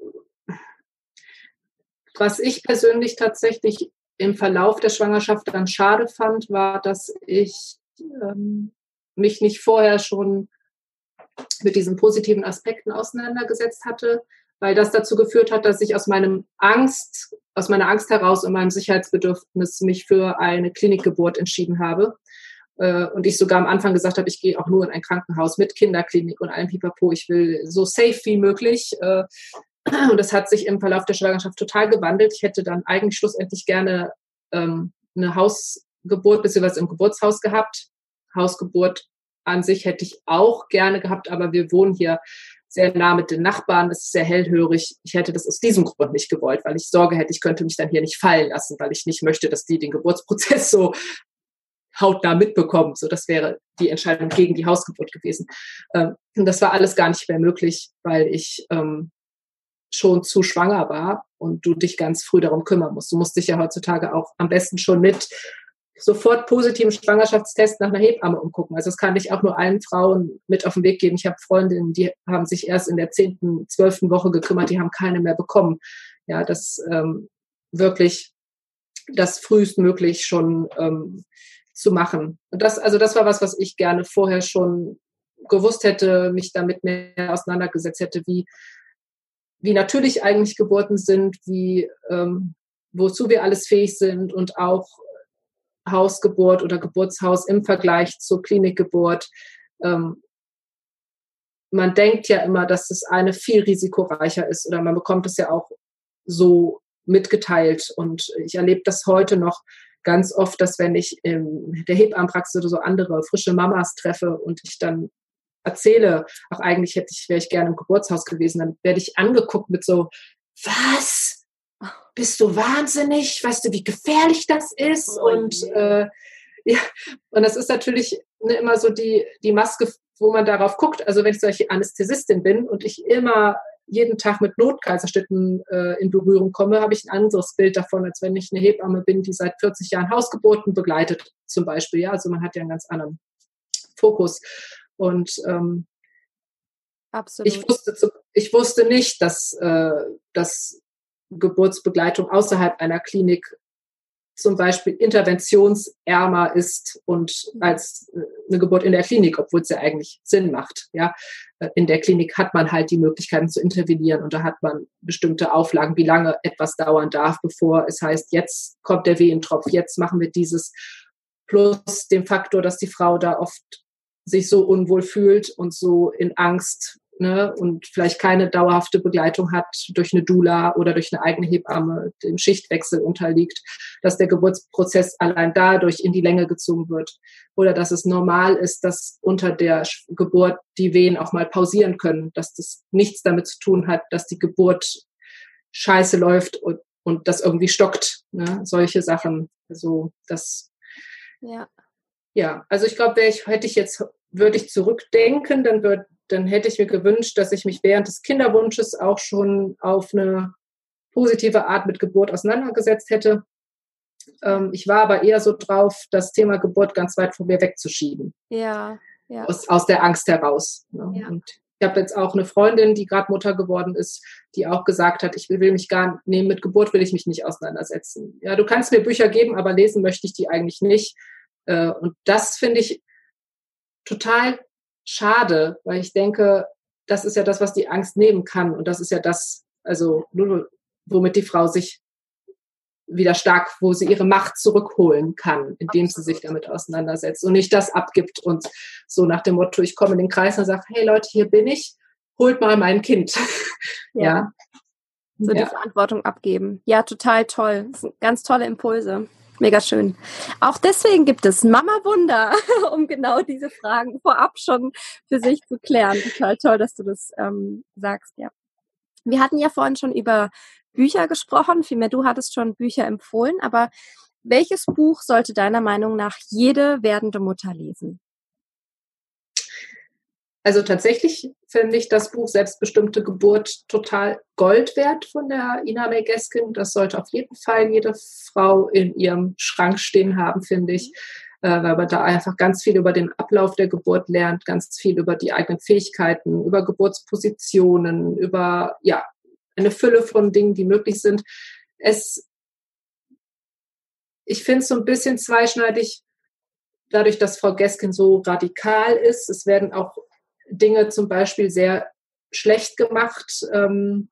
was ich persönlich tatsächlich im Verlauf der Schwangerschaft dann schade fand, war, dass ich ähm, mich nicht vorher schon mit diesen positiven Aspekten auseinandergesetzt hatte, weil das dazu geführt hat, dass ich aus meinem Angst, aus meiner Angst heraus und meinem Sicherheitsbedürfnis mich für eine Klinikgeburt entschieden habe. Und ich sogar am Anfang gesagt habe, ich gehe auch nur in ein Krankenhaus mit Kinderklinik und allem Pipapo. Ich will so safe wie möglich. Und das hat sich im Verlauf der Schwangerschaft total gewandelt. Ich hätte dann eigentlich schlussendlich gerne ähm, eine Hausgeburt beziehungsweise im Geburtshaus gehabt. Hausgeburt an sich hätte ich auch gerne gehabt, aber wir wohnen hier sehr nah mit den Nachbarn. Das ist sehr hellhörig. Ich hätte das aus diesem Grund nicht gewollt, weil ich Sorge hätte, ich könnte mich dann hier nicht fallen lassen, weil ich nicht möchte, dass die den Geburtsprozess so hautnah mitbekommen. So, das wäre die Entscheidung gegen die Hausgeburt gewesen. Ähm, und das war alles gar nicht mehr möglich, weil ich ähm, schon zu schwanger war und du dich ganz früh darum kümmern musst. Du musst dich ja heutzutage auch am besten schon mit sofort positiven Schwangerschaftstest nach einer Hebamme umgucken. Also das kann ich auch nur allen Frauen mit auf den Weg geben. Ich habe Freundinnen, die haben sich erst in der zehnten, zwölften Woche gekümmert, die haben keine mehr bekommen. Ja, das ähm, wirklich das frühestmöglich schon ähm, zu machen. Und das, also das war was, was ich gerne vorher schon gewusst hätte, mich damit mehr auseinandergesetzt hätte, wie wie natürlich eigentlich Geburten sind, wie ähm, wozu wir alles fähig sind und auch Hausgeburt oder Geburtshaus im Vergleich zur Klinikgeburt. Ähm, man denkt ja immer, dass das eine viel risikoreicher ist oder man bekommt es ja auch so mitgeteilt. Und ich erlebe das heute noch ganz oft, dass wenn ich in der Hebammenpraxis oder so andere frische Mamas treffe und ich dann erzähle, auch eigentlich hätte ich, wäre ich gerne im Geburtshaus gewesen, dann werde ich angeguckt mit so, was? Bist du wahnsinnig? Weißt du, wie gefährlich das ist?
Oh,
und äh, ja, und das ist natürlich ne, immer so die, die Maske, wo man darauf guckt. Also wenn ich solche Anästhesistin bin und ich immer jeden Tag mit Notkaiserschnitten äh, in Berührung komme, habe ich ein anderes Bild davon, als wenn ich eine Hebamme bin, die seit vierzig Jahren Hausgeburten begleitet, zum Beispiel. Ja, also man hat ja einen ganz anderen Fokus. Und ähm,
Absolut.
Ich wusste, zu, ich wusste nicht, dass, äh, dass Geburtsbegleitung außerhalb einer Klinik zum Beispiel interventionsärmer ist und als eine Geburt in der Klinik, obwohl es ja eigentlich Sinn macht. Ja, in der Klinik hat man halt die Möglichkeiten zu intervenieren und da hat man bestimmte Auflagen, wie lange etwas dauern darf, bevor es heißt, jetzt kommt der Wehentropf, jetzt machen wir dieses, plus dem Faktor, dass die Frau da oft sich so unwohl fühlt und so in Angst, ne, und vielleicht keine dauerhafte Begleitung hat durch eine Doula oder durch eine eigene Hebamme, dem Schichtwechsel unterliegt, dass der Geburtsprozess allein dadurch in die Länge gezogen wird. Oder dass es normal ist, dass unter der Geburt die Wehen auch mal pausieren können, dass das nichts damit zu tun hat, dass die Geburt scheiße läuft und, und das irgendwie stockt. Ne? Solche Sachen. Also das
ja.
Ja, also ich glaube, ich, hätte ich jetzt, würde ich zurückdenken, dann, würd, dann hätte ich mir gewünscht, dass ich mich während des Kinderwunsches auch schon auf eine positive Art mit Geburt auseinandergesetzt hätte. Ähm, ich war aber eher so drauf, das Thema Geburt ganz weit von mir wegzuschieben.
Ja, ja.
Aus, aus der Angst heraus. Ne?
Ja.
Und ich habe jetzt auch eine Freundin, die gerade Mutter geworden ist, die auch gesagt hat, ich will, will mich gar nee, mit Geburt will ich mich nicht auseinandersetzen. Ja, du kannst mir Bücher geben, aber lesen möchte ich die eigentlich nicht. Und das finde ich total schade, weil ich denke, das ist ja das, was die Angst nehmen kann. Und das ist ja das, also womit die Frau sich wieder stark, wo sie ihre Macht zurückholen kann, indem Absolut. sie sich damit auseinandersetzt und nicht das abgibt und so nach dem Motto, ich komme in den Kreis und sage, hey Leute, hier bin ich, holt mal mein Kind.
Ja. ja. So ja. die Verantwortung abgeben. Ja, total toll. Das sind ganz tolle Impulse. Mega schön. Auch deswegen gibt es Mama Wunder, um genau diese Fragen vorab schon für sich zu klären. Total toll, dass du das ähm, sagst, ja. Wir hatten ja vorhin schon über Bücher gesprochen, vielmehr du hattest schon Bücher empfohlen, aber welches Buch sollte deiner Meinung nach jede werdende Mutter lesen?
Also tatsächlich finde ich das Buch Selbstbestimmte Geburt total Gold wert von der Ina May Gaskin. Das sollte auf jeden Fall jede Frau in ihrem Schrank stehen haben, finde ich, äh, weil man da einfach ganz viel über den Ablauf der Geburt lernt, ganz viel über die eigenen Fähigkeiten, über Geburtspositionen, über ja eine Fülle von Dingen, die möglich sind. Es, ich finde es so ein bisschen zweischneidig, dadurch, dass Frau Gaskin so radikal ist. Es werden auch Dinge zum Beispiel sehr schlecht gemacht, ähm,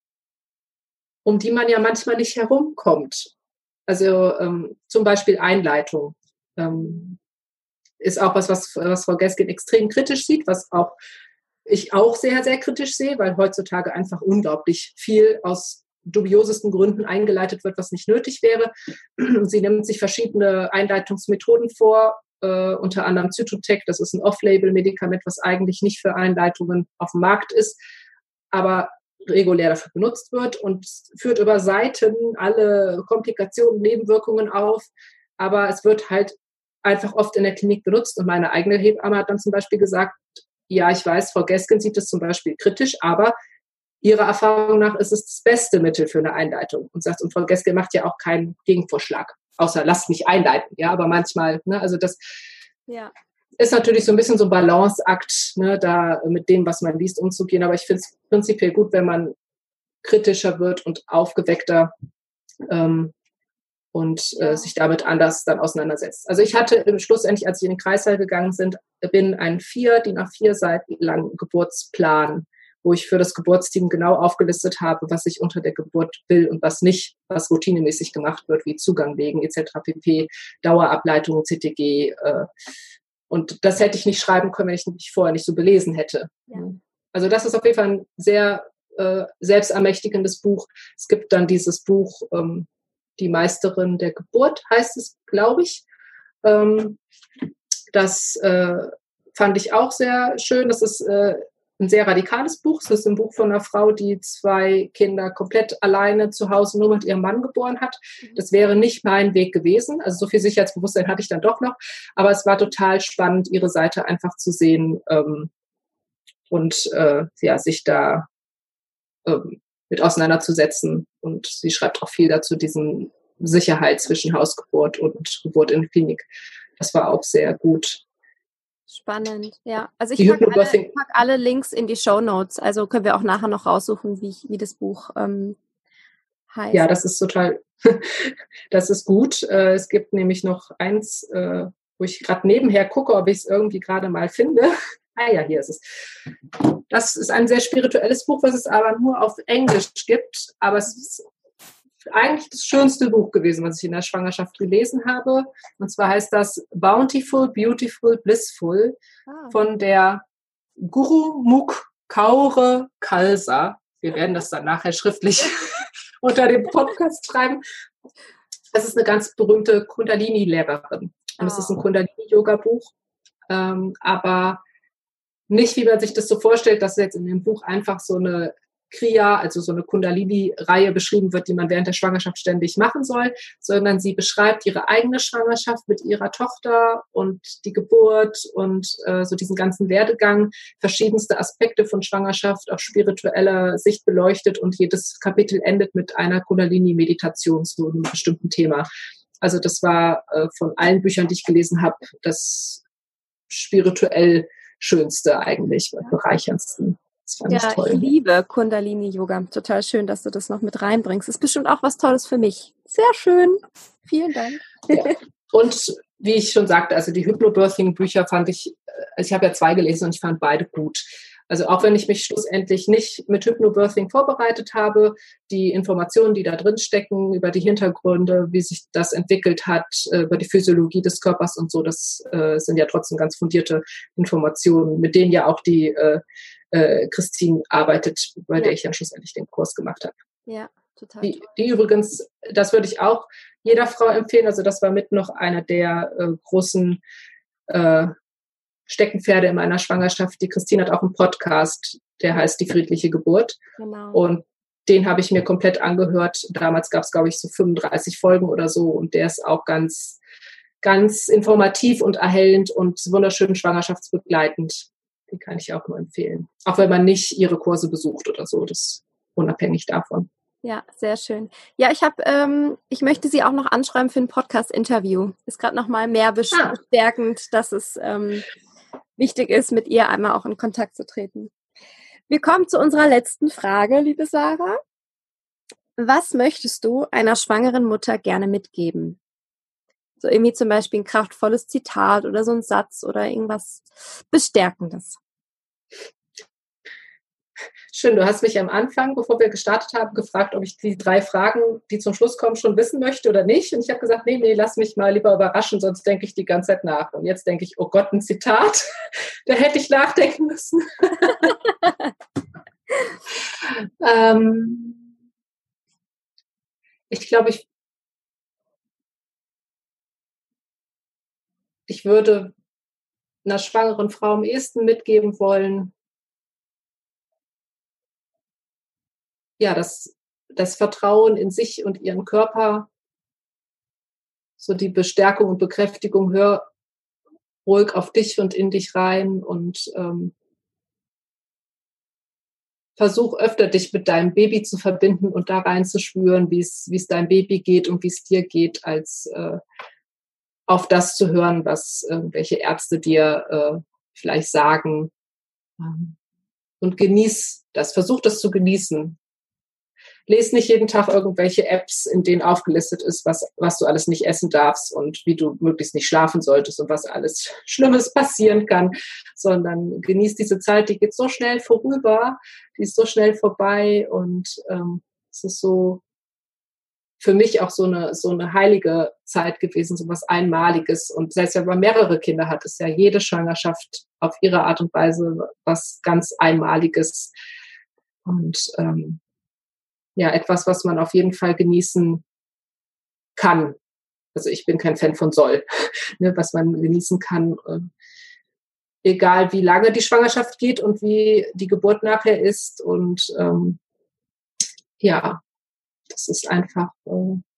um die man ja manchmal nicht herumkommt. Also ähm, zum Beispiel Einleitung ähm, ist auch was, was, was Frau Gaskin extrem kritisch sieht, was auch ich auch sehr, sehr kritisch sehe, weil heutzutage einfach unglaublich viel aus dubiosesten Gründen eingeleitet wird, was nicht nötig wäre. Sie nimmt sich verschiedene Einleitungsmethoden vor, Uh, unter anderem Zytotec, das ist ein Off-Label-Medikament, was eigentlich nicht für Einleitungen auf dem Markt ist, aber regulär dafür benutzt wird und führt über Seiten alle Komplikationen, Nebenwirkungen auf, aber es wird halt einfach oft in der Klinik benutzt und meine eigene Hebamme hat dann zum Beispiel gesagt, ja, ich weiß, Frau Gaskin sieht das zum Beispiel kritisch, aber ihrer Erfahrung nach ist es das beste Mittel für eine Einleitung und sagt, und Frau Gaskin macht ja auch keinen Gegenvorschlag. Außer lasst mich einleiten, ja, aber manchmal, ne, also das ja. ist natürlich so ein bisschen so ein Balanceakt, ne, da mit dem, was man liest, umzugehen, aber ich finde es prinzipiell gut, wenn man kritischer wird und aufgeweckter ähm, und äh, sich damit anders dann auseinandersetzt. Also ich hatte schlussendlich, als ich in den Kreissaal gegangen sind, bin einen vier, die nach vier Seiten langen Geburtsplan, wo ich für das Geburtsteam genau aufgelistet habe, was ich unter der Geburt will und was nicht, was routinemäßig gemacht wird, wie Zugang legen et cetera pp, Dauerableitung, C T G. Äh, und das hätte ich nicht schreiben können, wenn ich mich vorher nicht so belesen hätte. Ja. Also das ist auf jeden Fall ein sehr äh, selbstermächtigendes Buch. Es gibt dann dieses Buch, ähm, Die Meisterin der Geburt, heißt es, glaube ich. Ähm, das äh, fand ich auch sehr schön. Das ist äh, ein sehr radikales Buch. Es ist ein Buch von einer Frau, die zwei Kinder komplett alleine zu Hause nur mit ihrem Mann geboren hat. Das wäre nicht mein Weg gewesen. Also so viel Sicherheitsbewusstsein hatte ich dann doch noch. Aber es war total spannend, ihre Seite einfach zu sehen ähm, und äh, ja, sich da ähm, mit auseinanderzusetzen. Und sie schreibt auch viel dazu, diesen Sicherheit zwischen Hausgeburt und Geburt in der Klinik. Das war auch sehr gut.
Spannend, ja. Also ich packe alle, pack alle Links in die Shownotes. Also können wir auch nachher noch raussuchen, wie, wie das Buch ähm, heißt.
Ja, das ist total, das ist gut. Äh, es gibt nämlich noch eins, äh, wo ich gerade nebenher gucke, ob ich es irgendwie gerade mal finde. Ah ja, hier ist es. Das ist ein sehr spirituelles Buch, was es aber nur auf Englisch gibt. Aber es ist eigentlich das schönste Buch gewesen, was ich in der Schwangerschaft gelesen habe. Und zwar heißt das Bountiful, Beautiful, Blissful ah. von der Gurumukh Kaur Khalsa. Wir werden das dann nachher schriftlich unter dem Podcast schreiben. Das ist eine ganz berühmte Kundalini-Lehrerin. Und es oh. ist ein Kundalini-Yoga-Buch. Ähm, aber nicht, wie man sich das so vorstellt, dass jetzt in dem Buch einfach so eine Kriya, also so eine Kundalini-Reihe beschrieben wird, die man während der Schwangerschaft ständig machen soll, sondern sie beschreibt ihre eigene Schwangerschaft mit ihrer Tochter und die Geburt und äh, so diesen ganzen Werdegang, verschiedenste Aspekte von Schwangerschaft auf spiritueller Sicht beleuchtet und jedes Kapitel endet mit einer Kundalini-Meditation zu einem bestimmten Thema. Also das war äh, von allen Büchern, die ich gelesen habe, das spirituell Schönste eigentlich, bereicherndsten. Das fand
ja,
ich toll.
Ich liebe Kundalini-Yoga. Total schön, dass du das noch mit reinbringst. Das ist bestimmt auch was Tolles für mich. Sehr schön. Vielen Dank.
Ja. Und wie ich schon sagte, also die Hypnobirthing-Bücher fand ich, also ich habe ja zwei gelesen und ich fand beide gut. Also auch wenn ich mich schlussendlich nicht mit Hypnobirthing vorbereitet habe, die Informationen, die da drin stecken, über die Hintergründe, wie sich das entwickelt hat, über die Physiologie des Körpers und so, das äh, sind ja trotzdem ganz fundierte Informationen, mit denen ja auch die äh, äh, Christine arbeitet, bei ja. der ich ja schlussendlich den Kurs gemacht habe.
Ja, total.
Die, die übrigens, das würde ich auch jeder Frau empfehlen, also das war mit noch einer der äh, großen äh, Steckenpferde in meiner Schwangerschaft. Die Christine hat auch einen Podcast, der heißt Die friedliche Geburt.
Genau.
Und den habe ich mir komplett angehört. Damals gab es, glaube ich, so fünfunddreißig Folgen oder so. Und der ist auch ganz, ganz informativ und erhellend und wunderschön schwangerschaftsbegleitend. Den kann ich auch nur empfehlen. Auch wenn man nicht ihre Kurse besucht oder so. Das ist unabhängig davon.
Ja, sehr schön. Ja, ich habe, ähm, ich möchte Sie auch noch anschreiben für ein Podcast-Interview. Ist gerade noch mal mehr bestärkend, ah. dass es ähm, wichtig ist, mit ihr einmal auch in Kontakt zu treten. Wir kommen zu unserer letzten Frage, liebe Sarah. Was möchtest du einer schwangeren Mutter gerne mitgeben? So irgendwie zum Beispiel ein kraftvolles Zitat oder so ein Satz oder irgendwas Bestärkendes.
Schön, du hast mich am Anfang, bevor wir gestartet haben, gefragt, ob ich die drei Fragen, die zum Schluss kommen, schon wissen möchte oder nicht. Und ich habe gesagt, nee, nee, lass mich mal lieber überraschen, sonst denke ich die ganze Zeit nach. Und jetzt denke ich, oh Gott, ein Zitat, da hätte ich nachdenken müssen. ähm, ich glaube, ich, ich würde einer schwangeren Frau am ehesten mitgeben wollen, ja, das, das Vertrauen in sich und ihren Körper, so die Bestärkung und Bekräftigung, hör ruhig auf dich und in dich rein und ähm, versuch öfter, dich mit deinem Baby zu verbinden und da reinzuspüren, wie es, wie es deinem Baby geht und wie es dir geht, als äh, auf das zu hören, was irgendwelche Ärzte dir äh, vielleicht sagen. Und genieß das, versuch das zu genießen. Lies nicht jeden Tag irgendwelche Apps, in denen aufgelistet ist, was, was du alles nicht essen darfst und wie du möglichst nicht schlafen solltest und was alles Schlimmes passieren kann, sondern genieß diese Zeit, die geht so schnell vorüber, die ist so schnell vorbei und ähm, es ist so für mich auch so eine, so eine heilige Zeit gewesen, so was Einmaliges. Und selbst wenn man mehrere Kinder hat, ist ja jede Schwangerschaft auf ihre Art und Weise was ganz Einmaliges und ähm, ja, etwas, was man auf jeden Fall genießen kann. Also ich bin kein Fan von soll, ne, was man genießen kann, äh, egal wie lange die Schwangerschaft geht und wie die Geburt nachher ist. Und ähm, ja, das ist einfach äh,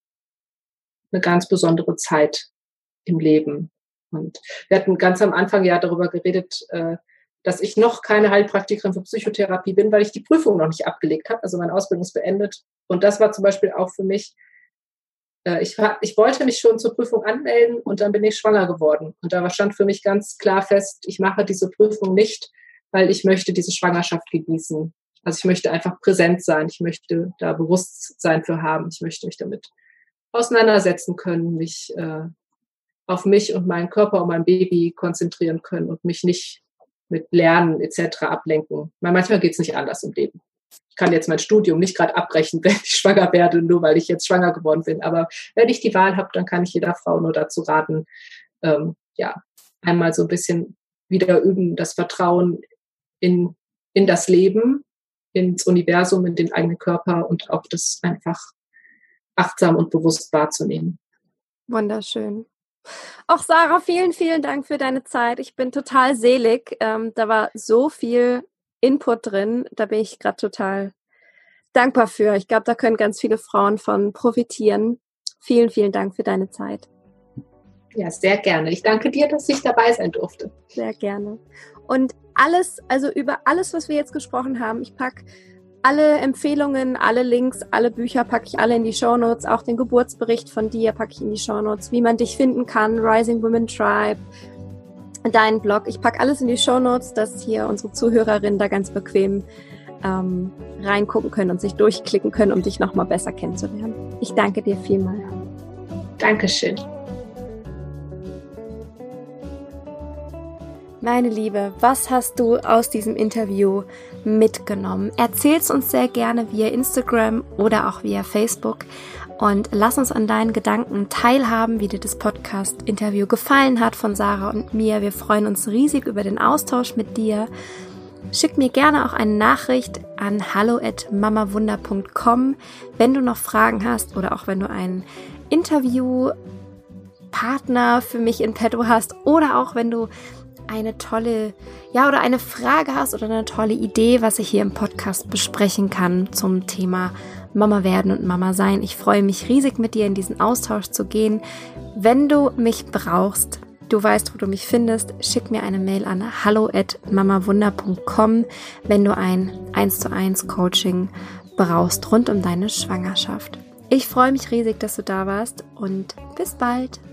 eine ganz besondere Zeit im Leben. Und wir hatten ganz am Anfang ja darüber geredet, äh, dass ich noch keine Heilpraktikerin für Psychotherapie bin, weil ich die Prüfung noch nicht abgelegt habe. Also meine Ausbildung ist beendet. Und das war zum Beispiel auch für mich, äh, ich, ich wollte mich schon zur Prüfung anmelden und dann bin ich schwanger geworden. Und da stand für mich ganz klar fest, ich mache diese Prüfung nicht, weil ich möchte diese Schwangerschaft genießen. Also ich möchte einfach präsent sein. Ich möchte da Bewusstsein für haben. Ich möchte mich damit auseinandersetzen können, mich äh, auf mich und meinen Körper und mein Baby konzentrieren können und mich nicht mit Lernen et cetera ablenken. Weil manchmal geht es nicht anders im Leben. Ich kann jetzt mein Studium nicht gerade abbrechen, wenn ich schwanger werde, nur weil ich jetzt schwanger geworden bin. Aber wenn ich die Wahl habe, dann kann ich jeder Frau nur dazu raten, ähm, ja, einmal so ein bisschen wieder üben, das Vertrauen in, in das Leben, ins Universum, in den eigenen Körper und auch das einfach achtsam und bewusst wahrzunehmen.
Wunderschön. Auch Sarah, vielen, vielen Dank für deine Zeit. Ich bin total selig. Ähm, da war so viel Input drin. Da bin ich gerade total dankbar für. Ich glaube, da können ganz viele Frauen von profitieren. Vielen, vielen Dank für deine Zeit.
Ja, sehr gerne. Ich danke dir, dass ich dabei sein durfte.
Sehr gerne. Und alles, also über alles, was wir jetzt gesprochen haben, ich packe alle Empfehlungen, alle Links, alle Bücher packe ich alle in die Shownotes, auch den Geburtsbericht von dir packe ich in die Shownotes, wie man dich finden kann, Rising Women Tribe, deinen Blog. Ich packe alles in die Shownotes, dass hier unsere Zuhörerinnen da ganz bequem ähm, reingucken können und sich durchklicken können, um dich nochmal besser kennenzulernen. Ich danke dir vielmals.
Dankeschön.
Meine Liebe, was hast du aus diesem Interview mitgenommen? Erzähl's uns sehr gerne via Instagram oder auch via Facebook und lass uns an deinen Gedanken teilhaben, wie dir das Podcast-Interview gefallen hat von Sarah und mir. Wir freuen uns riesig über den Austausch mit dir. Schick mir gerne auch eine Nachricht an hallo at mamawunder punkt com, wenn du noch Fragen hast oder auch wenn du einen Interviewpartner für mich in petto hast oder auch wenn du eine tolle, ja, oder eine Frage hast oder eine tolle Idee, was ich hier im Podcast besprechen kann zum Thema Mama werden und Mama sein. Ich freue mich riesig, mit dir in diesen Austausch zu gehen. Wenn du mich brauchst, du weißt, wo du mich findest, schick mir eine Mail an hallo at mamawunder punkt com, wenn du ein eins zu eins Coaching brauchst rund um deine Schwangerschaft. Ich freue mich riesig, dass du da warst und bis bald.